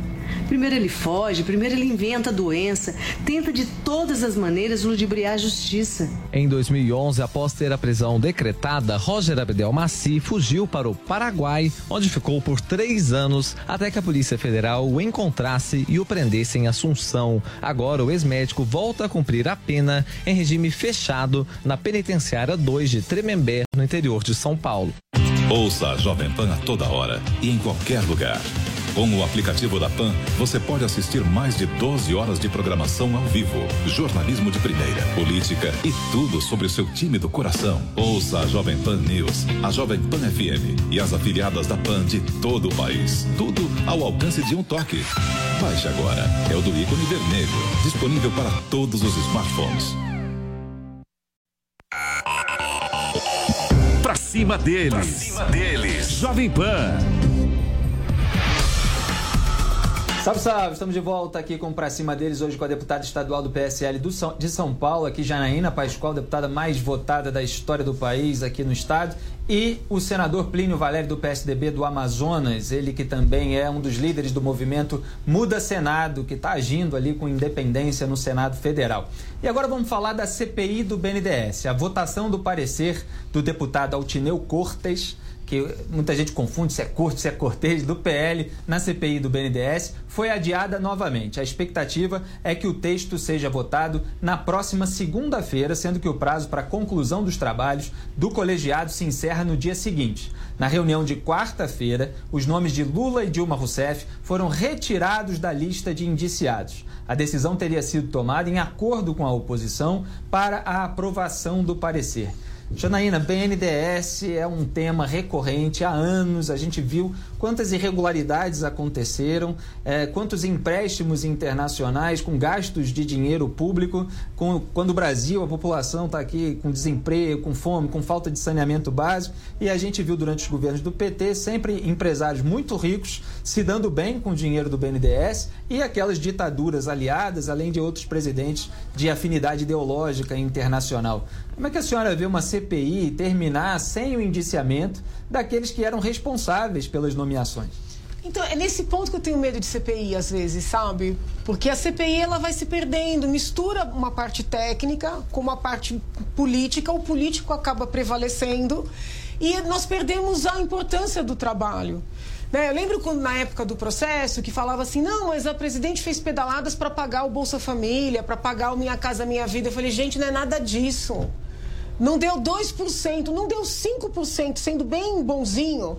Primeiro ele foge, primeiro ele inventa a doença, tenta de todas as maneiras ludibriar a justiça. Em 2011, após ter a prisão decretada, Roger Abdel Maci fugiu para o Paraguai, onde ficou por 3 anos, até que a Polícia Federal o encontrasse e o prendesse em Assunção. Agora o ex-médico volta a cumprir a pena em regime fechado na Penitenciária 2 de Tremembé, no interior de São Paulo. Ouça a Jovem Pan a toda hora e em qualquer lugar. Com o aplicativo da PAN, você pode assistir mais de 12 horas de programação ao vivo, jornalismo de primeira, política e tudo sobre o seu time do coração. Ouça a Jovem Pan News, a Jovem Pan FM e as afiliadas da PAN de todo o país. Tudo ao alcance de um toque. Baixe agora. É o do ícone vermelho, disponível para todos os smartphones. Pra cima deles. Pra cima deles. Jovem Pan. Salve, salve! Estamos de volta aqui com Pra Cima Deles, hoje com a deputada estadual do PSL de São Paulo, aqui Janaína Pascoal, deputada mais votada da história do país aqui no estado, e o senador Plínio Valério do PSDB do Amazonas, ele que também é um dos líderes do movimento Muda Senado, que está agindo ali com independência no Senado Federal. E agora vamos falar da CPI do BNDES, a votação do parecer do deputado Altineu Cortes, que muita gente confunde se é Cortes, se é Cortez, do PL, na CPI do BNDES, foi adiada novamente. A expectativa é que o texto seja votado na próxima segunda-feira, sendo que o prazo para conclusão dos trabalhos do colegiado se encerra no dia seguinte. Na reunião de quarta-feira, os nomes de Lula e Dilma Rousseff foram retirados da lista de indiciados. A decisão teria sido tomada em acordo com a oposição para a aprovação do parecer. Janaína, BNDES é um tema recorrente há anos, a gente viu quantas irregularidades aconteceram, quantos empréstimos internacionais com gastos de dinheiro público, quando o Brasil, a população está aqui com desemprego, com fome, com falta de saneamento básico, e a gente viu durante os governos do PT sempre empresários muito ricos se dando bem com o dinheiro do BNDES e aquelas ditaduras aliadas, além de outros presidentes de afinidade ideológica internacional. Como é que a senhora vê uma CPI terminar sem o indiciamento daqueles que eram responsáveis pelas nomeações? Então, é nesse ponto que eu tenho medo de CPI, às vezes, sabe? Porque a CPI, ela vai se perdendo, mistura uma parte técnica com uma parte política, o político acaba prevalecendo e nós perdemos a importância do trabalho. Eu lembro quando, na época do processo, que falava assim, não, mas a presidente fez pedaladas para pagar o Bolsa Família, para pagar o Minha Casa Minha Vida. Eu falei, gente, não é nada disso. Não deu 2%, não deu 5%, sendo bem bonzinho,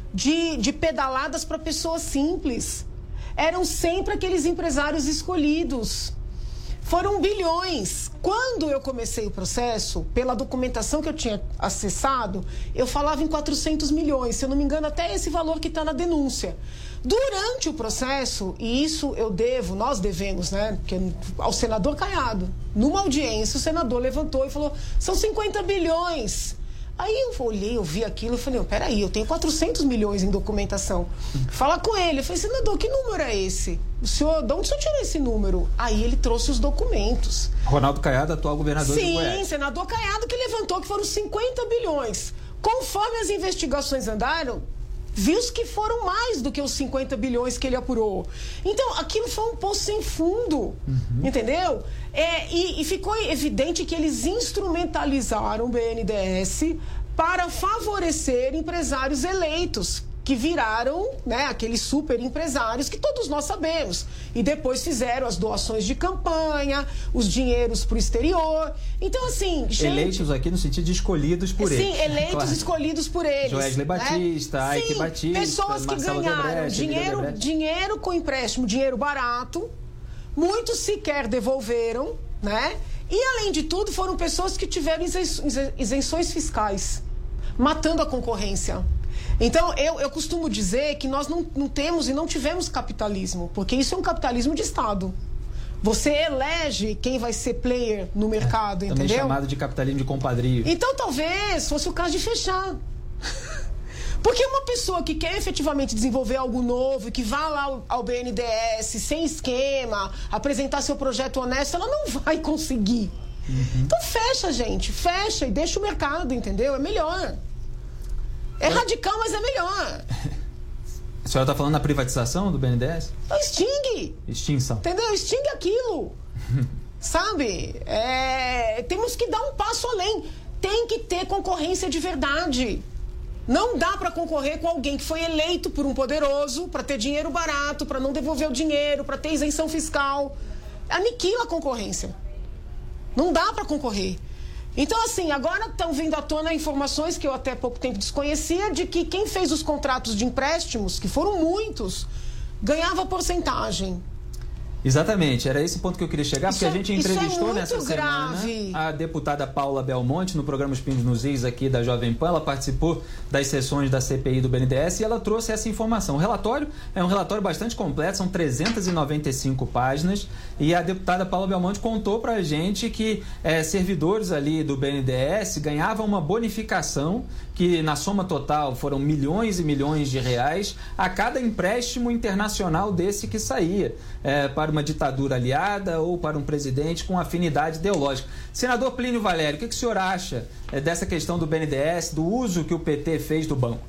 de pedaladas para pessoas simples. Eram sempre aqueles empresários escolhidos. Foram bilhões. Quando eu comecei o processo, pela documentação que eu tinha acessado, eu falava em 400 milhões. Se eu não me engano, até esse valor que está na denúncia. Durante o processo, e isso nós devemos, né? Porque ao senador Caiado, numa audiência, o senador levantou e falou, são 50 bilhões. Aí eu olhei, eu vi aquilo e falei, peraí, eu tenho 400 milhões em documentação. Fala com ele. Eu falei, senador, que número é esse? De onde o senhor tirou esse número? Aí ele trouxe os documentos. Ronaldo Caiado, atual governador de Goiás. Sim, senador Caiado que levantou que foram 50 bilhões. Conforme as investigações andaram, viu-se que foram mais do que os 50 bilhões que ele apurou. Então, aquilo foi um poço sem fundo, entendeu? E ficou evidente que eles instrumentalizaram o BNDES para favorecer empresários eleitos, que viraram, né, aqueles super empresários que todos nós sabemos. E depois fizeram as doações de campanha, os dinheiros para o exterior. Então, assim... gente, eleitos aqui no sentido de escolhidos por eles. Sim, eleitos, claro, escolhidos por eles. Joesley Batista, né? Ike Batista, pessoas que Marcelo ganharam Debrecht, dinheiro com empréstimo, dinheiro barato. Muitos sequer devolveram, né? E, além de tudo, foram pessoas que tiveram isenções fiscais, matando a concorrência. Então, eu costumo dizer que nós não temos e não tivemos capitalismo, porque isso é um capitalismo de Estado. Você elege quem vai ser player no mercado, entendeu? Também chamado de capitalismo de compadrio. Então, talvez fosse o caso de fechar. Porque uma pessoa que quer efetivamente desenvolver algo novo, que vá lá ao BNDES sem esquema, apresentar seu projeto honesto, ela não vai conseguir. Então, fecha, gente. Fecha e deixa o mercado, entendeu? É melhor. É radical, mas é melhor. A senhora está falando da privatização do BNDES? Extingue! Extinção. Entendeu? Extingue aquilo. Sabe? Temos que dar um passo além. Tem que ter concorrência de verdade. Não dá para concorrer com alguém que foi eleito por um poderoso para ter dinheiro barato, para não devolver o dinheiro, para ter isenção fiscal. Aniquila a concorrência. Não dá para concorrer. Então, assim, agora estão vindo à tona informações que eu até pouco tempo desconhecia, de que quem fez os contratos de empréstimos, que foram muitos, ganhava porcentagem. Exatamente, era esse ponto que eu queria chegar, porque a gente entrevistou nessa semana a deputada Paula Belmonte no programa Os Pingos nos Is aqui da Jovem Pan. Ela participou das sessões da CPI do BNDES e ela trouxe essa informação. O relatório é um relatório bastante completo, são 395 páginas, e a deputada Paula Belmonte contou pra gente que servidores ali do BNDES ganhavam uma bonificação que na soma total foram milhões e milhões de reais a cada empréstimo internacional desse que saía para uma ditadura aliada ou para um presidente com afinidade ideológica. Senador Plínio Valério, o que o senhor acha dessa questão do BNDES, do uso que o PT fez do banco?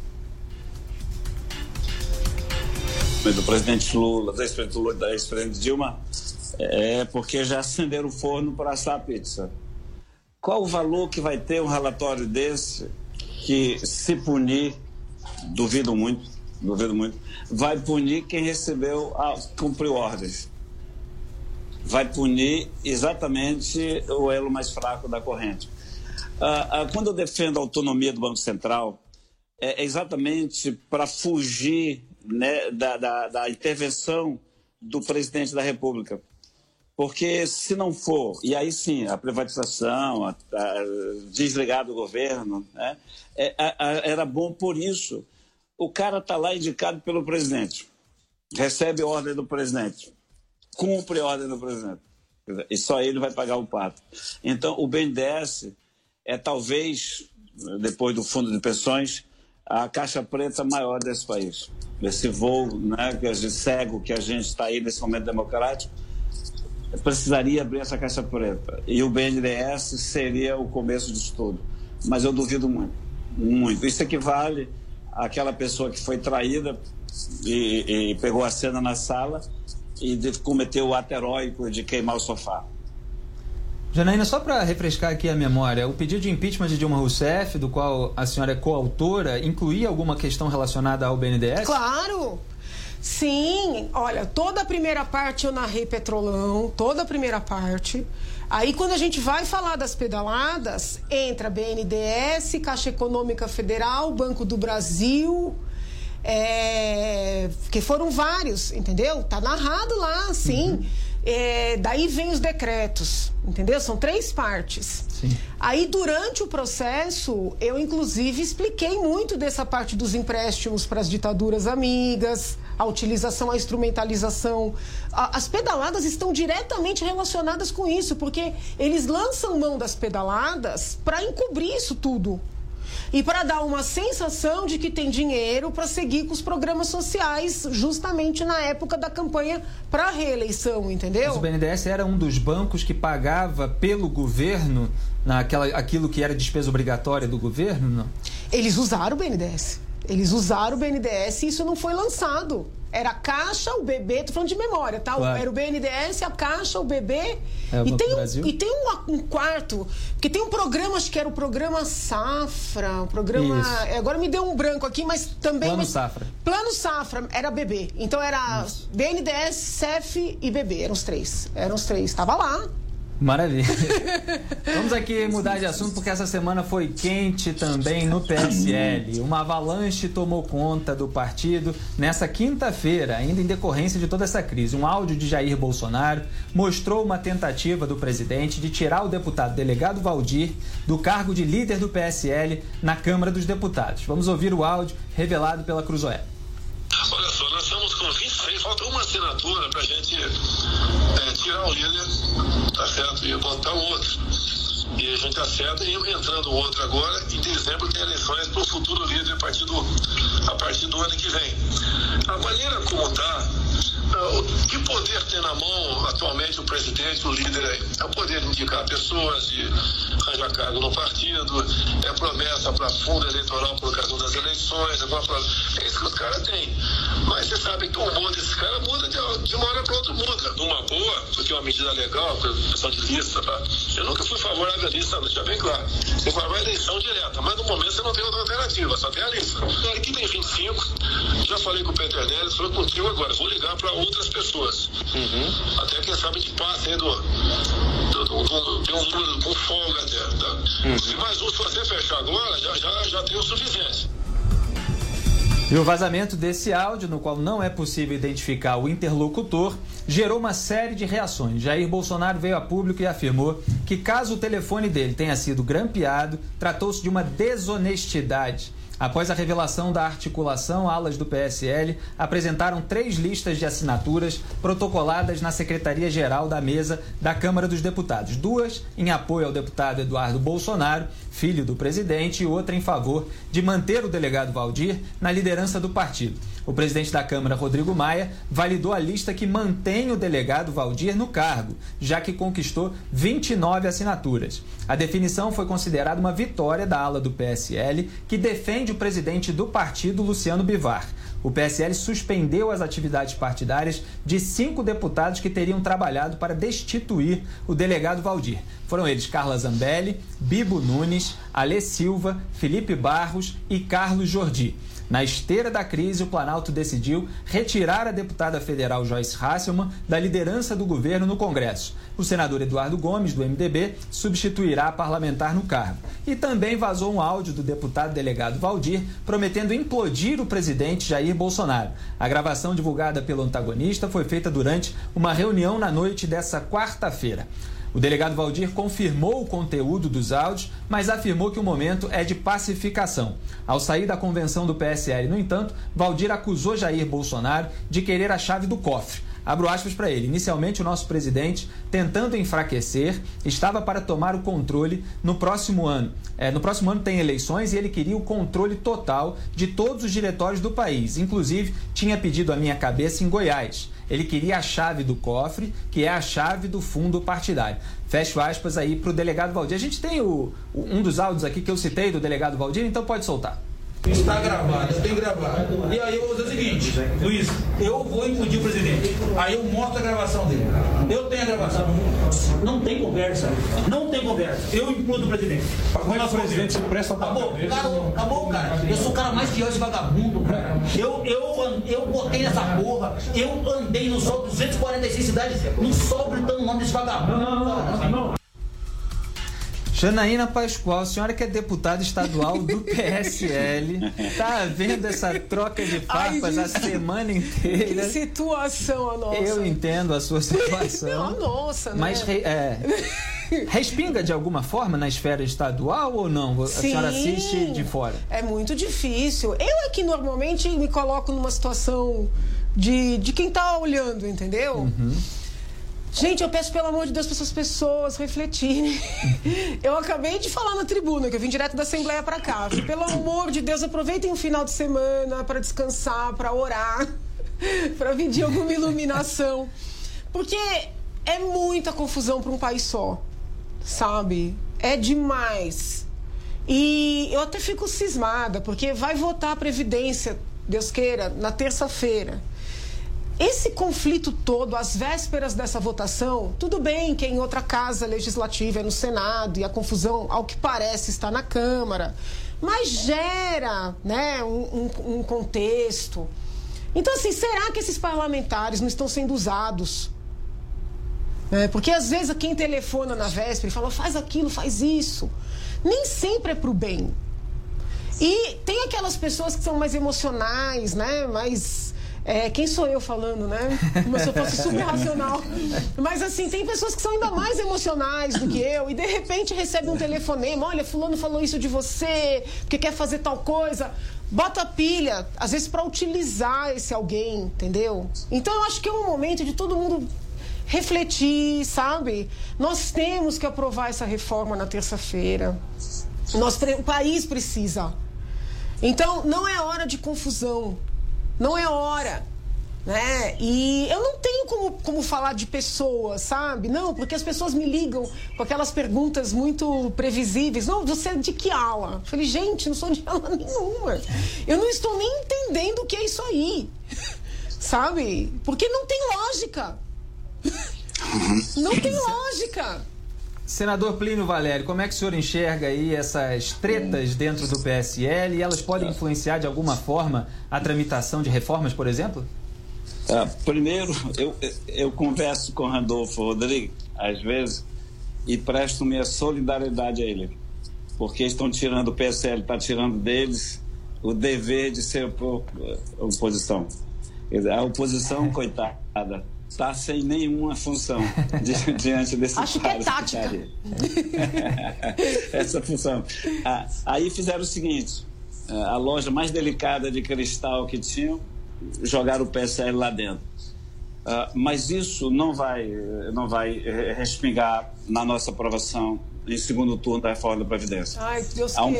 Do presidente Lula, da ex-presidente Dilma, porque já acenderam o forno para assar a pizza. Qual o valor que vai ter um relatório desse que, se punir, duvido muito, vai punir quem cumpriu ordens. Vai punir exatamente o elo mais fraco da corrente. Quando eu defendo a autonomia do Banco Central, é exatamente para fugir, né, da intervenção do presidente da República. Porque se não for, e aí sim, a privatização, desligar do governo, né, era bom por isso. O cara está lá indicado pelo presidente, recebe ordem do presidente, cumpre a ordem do presidente, e só ele vai pagar o pato. Então, o BNDES é talvez, depois do fundo de pensões, a caixa preta maior desse país. Esse voo, né, cego que a gente está aí nesse momento democrático, precisaria abrir essa caixa preta. E o BNDES seria o começo disso tudo. Mas eu duvido muito, muito. Isso equivale àquela pessoa que foi traída e pegou a cena na sala e cometeu o ato heróico de queimar o sofá. Janaína, só para refrescar aqui a memória, o pedido de impeachment de Dilma Rousseff, do qual a senhora é coautora, incluía alguma questão relacionada ao BNDES? Claro! Sim, olha, toda a primeira parte eu narrei Petrolão, toda a primeira parte. Aí quando a gente vai falar das pedaladas, entra BNDES, Caixa Econômica Federal, Banco do Brasil, que foram vários, entendeu? Tá narrado lá, sim. Daí vem os decretos, entendeu? São 3 partes. Sim. Aí, durante o processo, eu, inclusive, expliquei muito dessa parte dos empréstimos para as ditaduras amigas, a utilização, a instrumentalização. As pedaladas estão diretamente relacionadas com isso, porque eles lançam mão das pedaladas para encobrir isso tudo. E para dar uma sensação de que tem dinheiro para seguir com os programas sociais, justamente na época da campanha para a reeleição, entendeu? Mas o BNDES era um dos bancos que pagava pelo governo aquilo que era despesa obrigatória do governo, não? Eles usaram o BNDES. E isso não foi lançado. Era a Caixa, o BB, tô falando de memória, tá? Claro. Era o BNDES, a Caixa, o BB. E tem um quarto, porque tem um programa, acho que era o programa Safra, agora me deu um branco aqui, mas também... Safra. Plano Safra, era BB. Então era BNDES, CEF e BB, eram os três, estava lá. Maravilha. Vamos aqui mudar de assunto, porque essa semana foi quente também no PSL. Uma avalanche tomou conta do partido nessa quinta-feira, ainda em decorrência de toda essa crise. Um áudio de Jair Bolsonaro mostrou uma tentativa do presidente de tirar o deputado delegado Valdir do cargo de líder do PSL na Câmara dos Deputados. Vamos ouvir o áudio revelado pela Cruzoé. Olha só, nós estamos com 26, falta uma assinatura para a gente tirar o líder, tá certo? E botar um outro. E a gente acerta e entrando um outro agora, em dezembro tem eleições para o futuro líder a partir do ano que vem. A maneira como está, Que poder tem na mão atualmente o presidente, o líder aí? É o poder de indicar pessoas, de arranjar cargo no partido, é promessa para fundo eleitoral por causa das eleições, é isso que os caras têm. Mas você sabe que o humor desse cara muda de uma hora para outra, muda. Numa boa, porque é uma medida legal, questão de lista, tá? Eu nunca fui favorável à lista, deixa bem claro. Você vai a eleição direta, mas no momento você não tem outra alternativa, só tem a lista. Aqui tem 25, já falei com o Peter Neres, falei contigo agora, vou ligar para outras pessoas. Até quem sabe de passe aí de um folga até, tá? Se mais um, se você fechar agora, já tem o suficiente. E o vazamento desse áudio, no qual não é possível identificar o interlocutor, gerou uma série de reações. Jair Bolsonaro veio a público e afirmou que, caso o telefone dele tenha sido grampeado, tratou-se de uma desonestidade. Após a revelação da articulação, alas do PSL apresentaram 3 listas de assinaturas protocoladas na Secretaria-Geral da Mesa da Câmara dos Deputados. 2 em apoio ao deputado Eduardo Bolsonaro, filho do presidente, e outra em favor de manter o delegado Valdir na liderança do partido. O presidente da Câmara, Rodrigo Maia, validou a lista que mantém o delegado Valdir no cargo, já que conquistou 29 assinaturas. A definição foi considerada uma vitória da ala do PSL, que defende o presidente do partido, Luciano Bivar. O PSL suspendeu as atividades partidárias de 5 deputados que teriam trabalhado para destituir o delegado Valdir. Foram eles Carla Zambelli, Bibo Nunes, Alê Silva, Felipe Barros e Carlos Jordi. Na esteira da crise, o Planalto decidiu retirar a deputada federal Joyce Hasselmann da liderança do governo no Congresso. O senador Eduardo Gomes, do MDB, substituirá a parlamentar no cargo. E também vazou um áudio do deputado delegado Valdir prometendo implodir o presidente Jair Bolsonaro. A gravação divulgada pelo antagonista foi feita durante uma reunião na noite dessa quarta-feira. O delegado Valdir confirmou o conteúdo dos áudios, mas afirmou que o momento é de pacificação. Ao sair da convenção do PSL, no entanto, Valdir acusou Jair Bolsonaro de querer a chave do cofre. Abro aspas para ele. Inicialmente, o nosso presidente, tentando enfraquecer, estava para tomar o controle no próximo ano. No próximo ano tem eleições e ele queria o controle total de todos os diretórios do país. Inclusive, tinha pedido a minha cabeça em Goiás. Ele queria a chave do cofre, que é a chave do fundo partidário. Fecho aspas aí para o delegado Valdir. A gente tem um dos áudios aqui que eu citei do delegado Valdir, então pode soltar. Está gravado, tem gravado. E aí eu vou dizer o seguinte, Luiz, eu vou impedir o presidente. Aí eu mostro a gravação dele. Eu tenho a gravação. Não tem conversa. Não tem conversa. Eu implodo o presidente. Como é que o presidente se presta para Acabou, cara. Eu sou o cara mais fiel de vagabundo, cara. Eu botei nessa porra. Eu andei no sol 246 cidades, no sol gritando o nome desse vagabundo. Não. Janaína Pascoal, a senhora que é deputada estadual do PSL, tá vendo essa troca de farpas a semana inteira. Que situação a nossa. Eu entendo a sua situação. Não, a nossa, né? Mas respinga de alguma forma na esfera estadual ou não? A senhora assiste de fora? É muito difícil. Eu aqui normalmente me coloco numa situação de quem tá olhando, entendeu? Uhum. Gente, eu peço pelo amor de Deus para essas pessoas refletirem. Eu acabei de falar na tribuna, que eu vim direto da Assembleia para cá. Pelo amor de Deus, aproveitem o final de semana para descansar, para orar, para pedir alguma iluminação. Porque é muita confusão para um país só, sabe? É demais. E eu até fico cismada, porque vai votar a Previdência, Deus queira, na terça-feira. Esse conflito todo, às vésperas dessa votação, tudo bem que é em outra casa legislativa, é no Senado, e a confusão, ao que parece, está na Câmara, mas gera, né, um contexto. Então, assim, será que esses parlamentares não estão sendo usados? Porque às vezes quem telefona na véspera e fala, faz aquilo, faz isso, nem sempre é pro bem. E tem aquelas pessoas que são mais emocionais, né, mais... quem sou eu falando, né? Como se eu fosse super racional. Mas assim, tem pessoas que são ainda mais emocionais do que eu e de repente recebem um telefonema, olha, fulano falou isso de você, porque quer fazer tal coisa. Bota a pilha, às vezes para utilizar esse alguém, entendeu? Então eu acho que é um momento de todo mundo refletir, sabe? Nós temos que aprovar essa reforma na terça-feira. O país precisa. Então, não é hora de confusão. Não é hora. né? E eu não tenho como falar de pessoas, sabe? Não, porque as pessoas me ligam com aquelas perguntas muito previsíveis. Não, você é de que ala? Eu falei, gente, não sou de ala nenhuma. Eu não estou nem entendendo o que é isso aí, sabe? Porque não tem lógica. Não tem lógica. Senador Plínio Valério, como é que o senhor enxerga aí essas tretas dentro do PSL e elas podem influenciar de alguma forma a tramitação de reformas, por exemplo? Primeiro, eu converso com o Randolfo Rodrigues, às vezes, e presto minha solidariedade a ele, porque estão tirando, o PSL está tirando deles o dever de ser oposição. A oposição, coitada, está sem nenhuma função diante desse Acho que é tática. Essa função. Aí fizeram o seguinte, a loja mais delicada de cristal que tinham, jogaram o PSL lá dentro. Mas isso não vai respingar na nossa aprovação em segundo turno da reforma da Previdência. Ai, Deus há um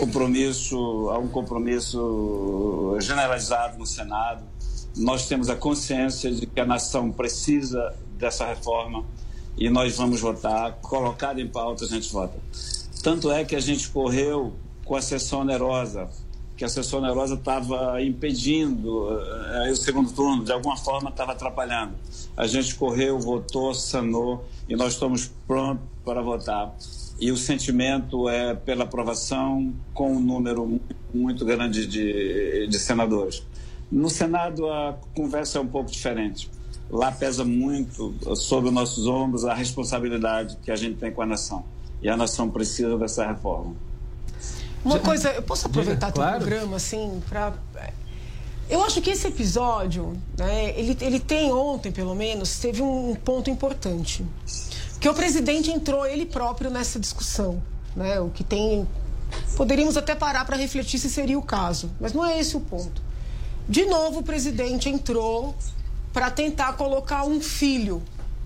compromisso generalizado no Senado. Nós temos a consciência de que a nação precisa dessa reforma e nós vamos votar. Colocado em pauta, a gente vota. Tanto é que a gente correu com a sessão onerosa, que a sessão onerosa estava impedindo o segundo turno, de alguma forma estava atrapalhando. A gente correu, votou, sanou e nós estamos prontos para votar. E o sentimento é pela aprovação com um número muito grande de senadores. No Senado a conversa é um pouco diferente. Lá pesa muito sobre os nossos ombros a responsabilidade que a gente tem com a nação. E a nação precisa dessa reforma. Uma coisa, eu posso aproveitar teu claro. programa, assim, para... Eu acho que esse episódio, né, ele tem ontem, pelo menos, teve um ponto importante. Que o presidente entrou ele próprio nessa discussão, né? O que tem... Poderíamos até parar para refletir se seria o caso, mas não é esse o ponto. De novo, o presidente entrou para tentar colocar um filho,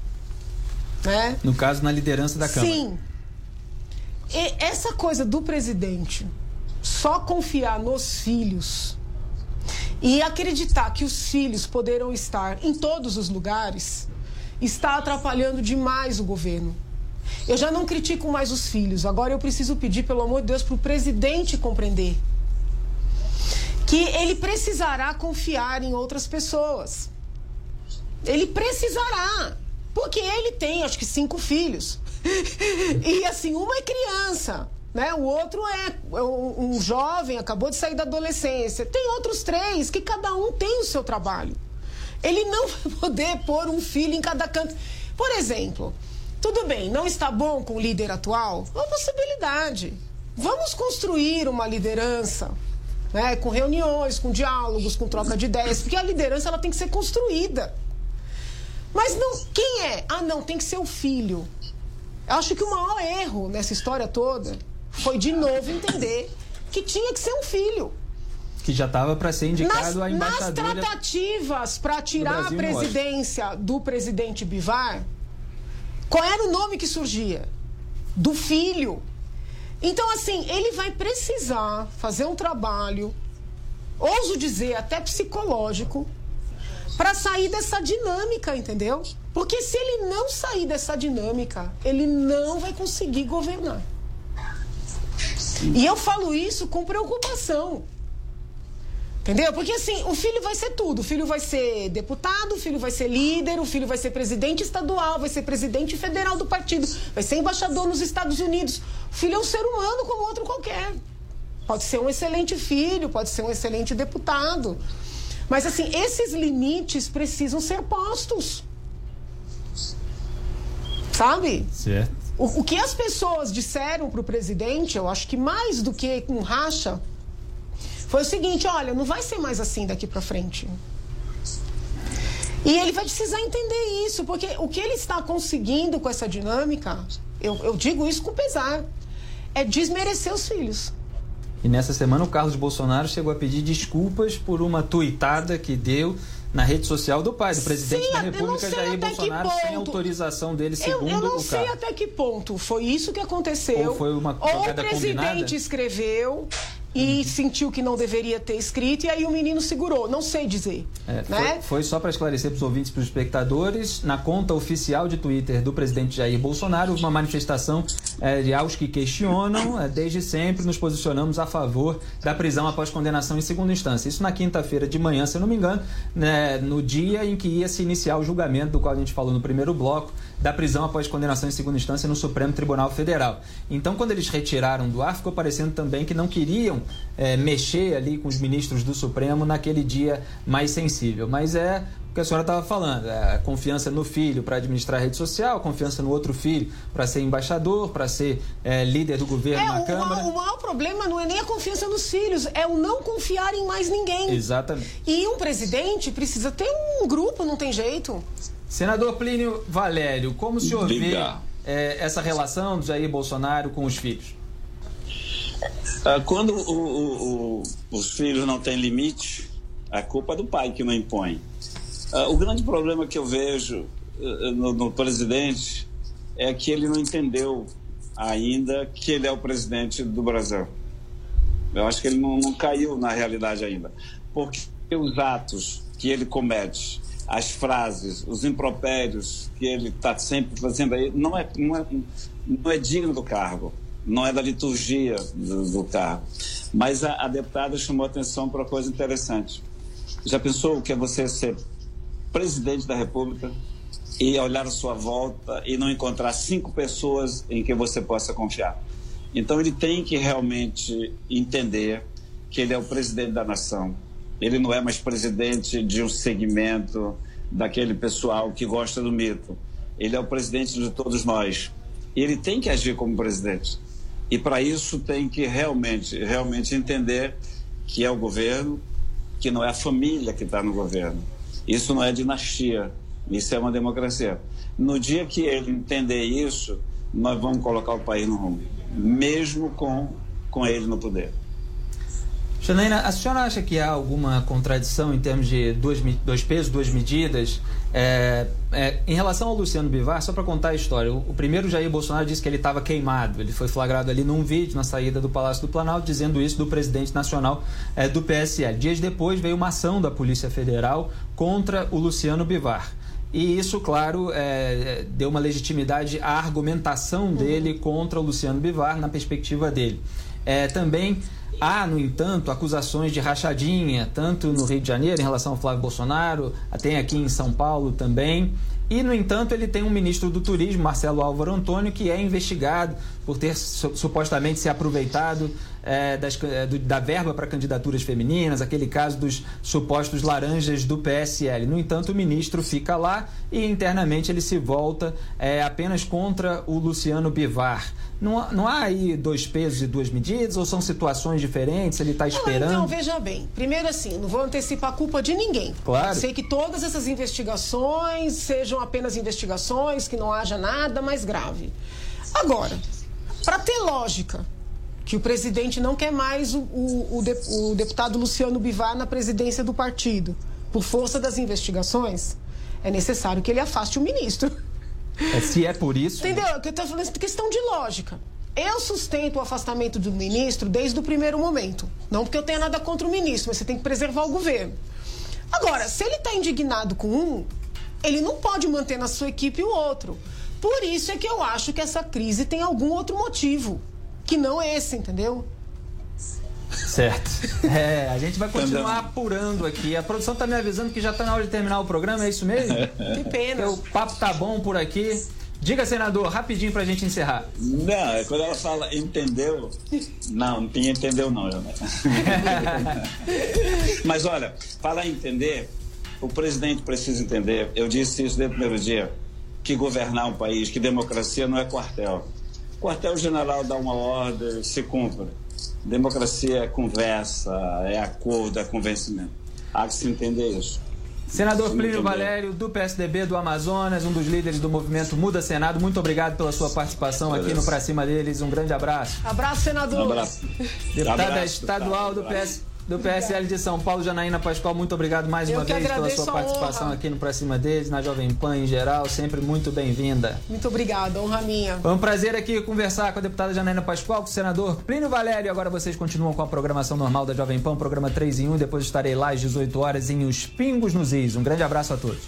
né? No caso, na liderança da Câmara. Sim. E essa coisa do presidente só confiar nos filhos e acreditar que os filhos poderão estar em todos os lugares está atrapalhando demais o governo. Eu já não critico mais os filhos. Agora eu preciso pedir, pelo amor de Deus, para o presidente compreender que ele precisará confiar em outras pessoas. Ele precisará. Porque ele tem, acho que 5 filhos. E assim, uma é criança, né? O outro é um jovem, acabou de sair da adolescência. Tem outros 3 que cada um tem o seu trabalho. Ele não vai poder pôr um filho em cada canto. Por exemplo, tudo bem, não está bom com o líder atual? Uma possibilidade. Vamos construir uma liderança, né? Com reuniões, com diálogos, com troca de ideias, porque a liderança ela tem que ser construída. Mas não, quem é? Não, tem que ser o filho. Eu acho que o maior erro nessa história toda foi, de novo, entender que tinha que ser um filho. Que já estava para ser indicado a embaixadora. Nas tratativas para tirar a presidência do presidente Bivar, qual era o nome que surgia? Do filho. Então, assim, ele vai precisar fazer um trabalho, ouso dizer, até psicológico, para sair dessa dinâmica, entendeu? Porque se ele não sair dessa dinâmica, ele não vai conseguir governar. E eu falo isso com preocupação. Entendeu? Porque assim, o filho vai ser tudo. O filho vai ser deputado, o filho vai ser líder, o filho vai ser presidente estadual, vai ser presidente federal do partido, vai ser embaixador nos Estados Unidos. O filho é um ser humano como outro qualquer. Pode ser um excelente filho, pode ser um excelente deputado. Mas assim, esses limites precisam ser postos. Sabe? Certo. O que as pessoas disseram para o presidente, eu acho que mais do que um racha, foi o seguinte: olha, não vai ser mais assim daqui para frente. E ele vai precisar entender isso, porque o que ele está conseguindo com essa dinâmica, eu digo isso com pesar, é desmerecer os filhos. E nessa semana o Carlos Bolsonaro chegou a pedir desculpas por uma tuitada que deu na rede social do pai, do presidente da República, Jair Bolsonaro, sem autorização dele, segundo eu não o sei caso. Até que ponto foi isso que aconteceu. Ou foi uma ou o jogada presidente combinada? escreveu e sentiu que não deveria ter escrito, e aí o menino segurou, não sei dizer. Né? Foi só para esclarecer para os ouvintes e para os espectadores, na conta oficial de Twitter do presidente Jair Bolsonaro, uma manifestação de aos que questionam, desde sempre nos posicionamos a favor da prisão após condenação em segunda instância. Isso na quinta-feira de manhã, se eu não me engano, né, no dia em que ia se iniciar o julgamento, do qual a gente falou no primeiro bloco, da prisão após condenação em segunda instância no Supremo Tribunal Federal. Então, quando eles retiraram do ar, ficou parecendo também que não queriam mexer ali com os ministros do Supremo naquele dia mais sensível. Mas é o que a senhora estava falando, a confiança no filho para administrar a rede social, confiança no outro filho para ser embaixador, para ser líder do governo na Câmara. O maior problema não é nem a confiança nos filhos, é o não confiar em mais ninguém. Exatamente. E um presidente precisa ter um grupo, não tem jeito. Senador Plínio Valério, como o senhor vê essa relação do Jair Bolsonaro com os filhos? Quando os filhos não têm limite, a culpa é do pai que não impõe. O grande problema que eu vejo no presidente é que ele não entendeu ainda que ele é o presidente do Brasil. Eu acho que ele não caiu na realidade ainda. Porque os atos que ele comete, as frases, os impropérios que ele está sempre fazendo aí, não é digno do cargo, não é da liturgia do cargo. Mas a deputada chamou atenção para uma coisa interessante. Já pensou o que é você ser presidente da República e olhar à sua volta e não encontrar 5 pessoas em que você possa confiar? Então ele tem que realmente entender que ele é o presidente da nação. Ele não é mais presidente de um segmento daquele pessoal que gosta do mito. Ele é o presidente de todos nós. E ele tem que agir como presidente. E para isso tem que realmente entender que é o governo, que não é a família que está no governo. Isso não é dinastia, isso é uma democracia. No dia que ele entender isso, nós vamos colocar o país no rumo, mesmo com ele no poder. Janaína, a senhora acha que há alguma contradição em termos de dois pesos, duas medidas? Em relação ao Luciano Bivar, só para contar a história, o primeiro Jair Bolsonaro disse que ele estava queimado. Ele foi flagrado ali num vídeo na saída do Palácio do Planalto dizendo isso do presidente nacional do PSL. Dias depois veio uma ação da Polícia Federal contra o Luciano Bivar. E isso, claro, deu uma legitimidade à argumentação dele contra o Luciano Bivar na perspectiva dele. Também há, no entanto, acusações de rachadinha, tanto no Rio de Janeiro em relação ao Flávio Bolsonaro, tem aqui em São Paulo também. E, no entanto, ele tem um ministro do Turismo, Marcelo Álvaro Antônio, que é investigado por ter supostamente se aproveitado da verba para candidaturas femininas, aquele caso dos supostos laranjas do PSL. No entanto, o ministro fica lá e internamente ele se volta apenas contra o Luciano Bivar. Não há aí dois pesos e duas medidas, ou são situações diferentes? Ele está esperando? Não, veja bem. Primeiro, assim, não vou antecipar a culpa de ninguém. Claro. Sei que todas essas investigações sejam apenas investigações, que não haja nada mais grave. Agora, para ter lógica, que o presidente não quer mais o deputado Luciano Bivar na presidência do partido, por força das investigações, é necessário que ele afaste o ministro. Se é por isso... Entendeu? É que eu estou falando de questão de lógica. Eu sustento o afastamento do ministro desde o primeiro momento. Não porque eu tenha nada contra o ministro, mas você tem que preservar o governo. Agora, se ele está indignado com um, ele não pode manter na sua equipe o outro. Por isso é que eu acho que essa crise tem algum outro motivo, que não esse, entendeu? Certo. A gente vai continuar apurando aqui. A produção está me avisando que já está na hora de terminar o programa, é isso mesmo? Que pena. O papo tá bom por aqui. Diga, senador, rapidinho pra gente encerrar. Não, quando ela fala entendeu, não tinha entendeu não. Mas olha, falar em entender, o presidente precisa entender, eu disse isso desde o primeiro dia, que governar um país, que democracia não é quartel. Quartel-general dá uma ordem, se cumpre. Democracia é conversa, é acordo, é convencimento. Há que se entender isso. Senador Plínio Valério, do PSDB do Amazonas, um dos líderes do movimento Muda Senado, muito obrigado pela sua participação aqui no Pra Cima Deles. Um grande abraço. Abraço, senador. Um abraço. Deputada estadual do PS. do PSL de São Paulo, Janaína Pascoal, muito obrigado mais uma vez pela sua participação aqui no Pra Cima Deles, na Jovem Pan em geral, sempre muito bem-vinda. Muito obrigada, honra minha. Foi um prazer aqui conversar com a deputada Janaína Pascoal, com o senador Plínio Valério. Agora vocês continuam com a programação normal da Jovem Pan, programa 3 em 1, depois estarei lá às 18 horas em Os Pingos nos Is. Um grande abraço a todos.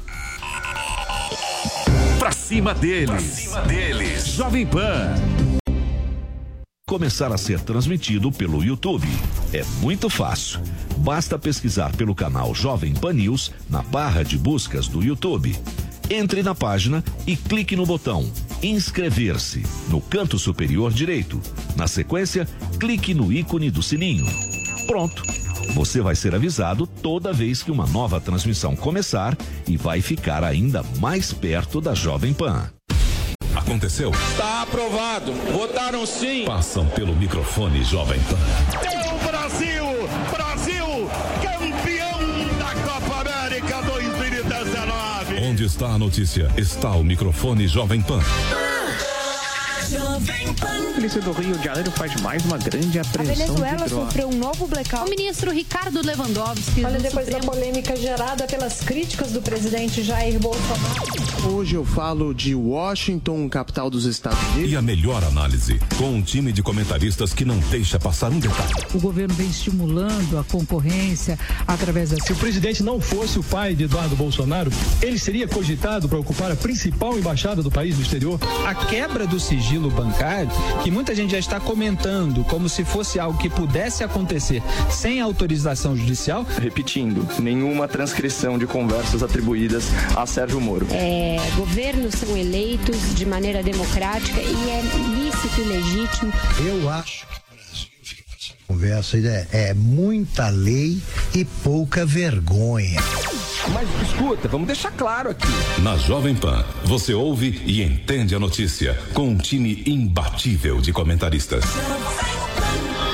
Pra cima deles. Pra cima deles. Jovem Pan. Começar a ser transmitido pelo YouTube. É muito fácil. Basta pesquisar pelo canal Jovem Pan News na barra de buscas do YouTube. Entre na página e clique no botão inscrever-se no canto superior direito. Na sequência, clique no ícone do sininho. Pronto. Você vai ser avisado toda vez que uma nova transmissão começar e vai ficar ainda mais perto da Jovem Pan. Aconteceu? Está aprovado. Votaram sim. Passam pelo microfone Jovem Pan. É o Brasil! Brasil, campeão da Copa América 2019. Onde está a notícia? Está o microfone Jovem Pan. A polícia do Rio de Janeiro faz mais uma grande apreensão. A Venezuela sofreu um novo blackout. O ministro Ricardo Lewandowski. Olha, depois da polêmica gerada pelas críticas do presidente Jair Bolsonaro. Hoje eu falo de Washington, capital dos Estados Unidos. E a melhor análise, com um time de comentaristas que não deixa passar um detalhe. O governo vem estimulando a concorrência através da... Se o presidente não fosse o pai de Eduardo Bolsonaro, ele seria cogitado para ocupar a principal embaixada do país no exterior? A quebra do sigilo bancário, que muita gente já está comentando como se fosse algo que pudesse acontecer sem autorização judicial. Repetindo, nenhuma transcrição de conversas atribuídas a Sérgio Moro. Governos são eleitos de maneira democrática e é lícito e legítimo. Eu acho que o Brasil fica fazendo conversa é muita lei e pouca vergonha. Mas escuta, vamos deixar claro aqui. Na Jovem Pan, você ouve e entende a notícia com um time imbatível de comentaristas.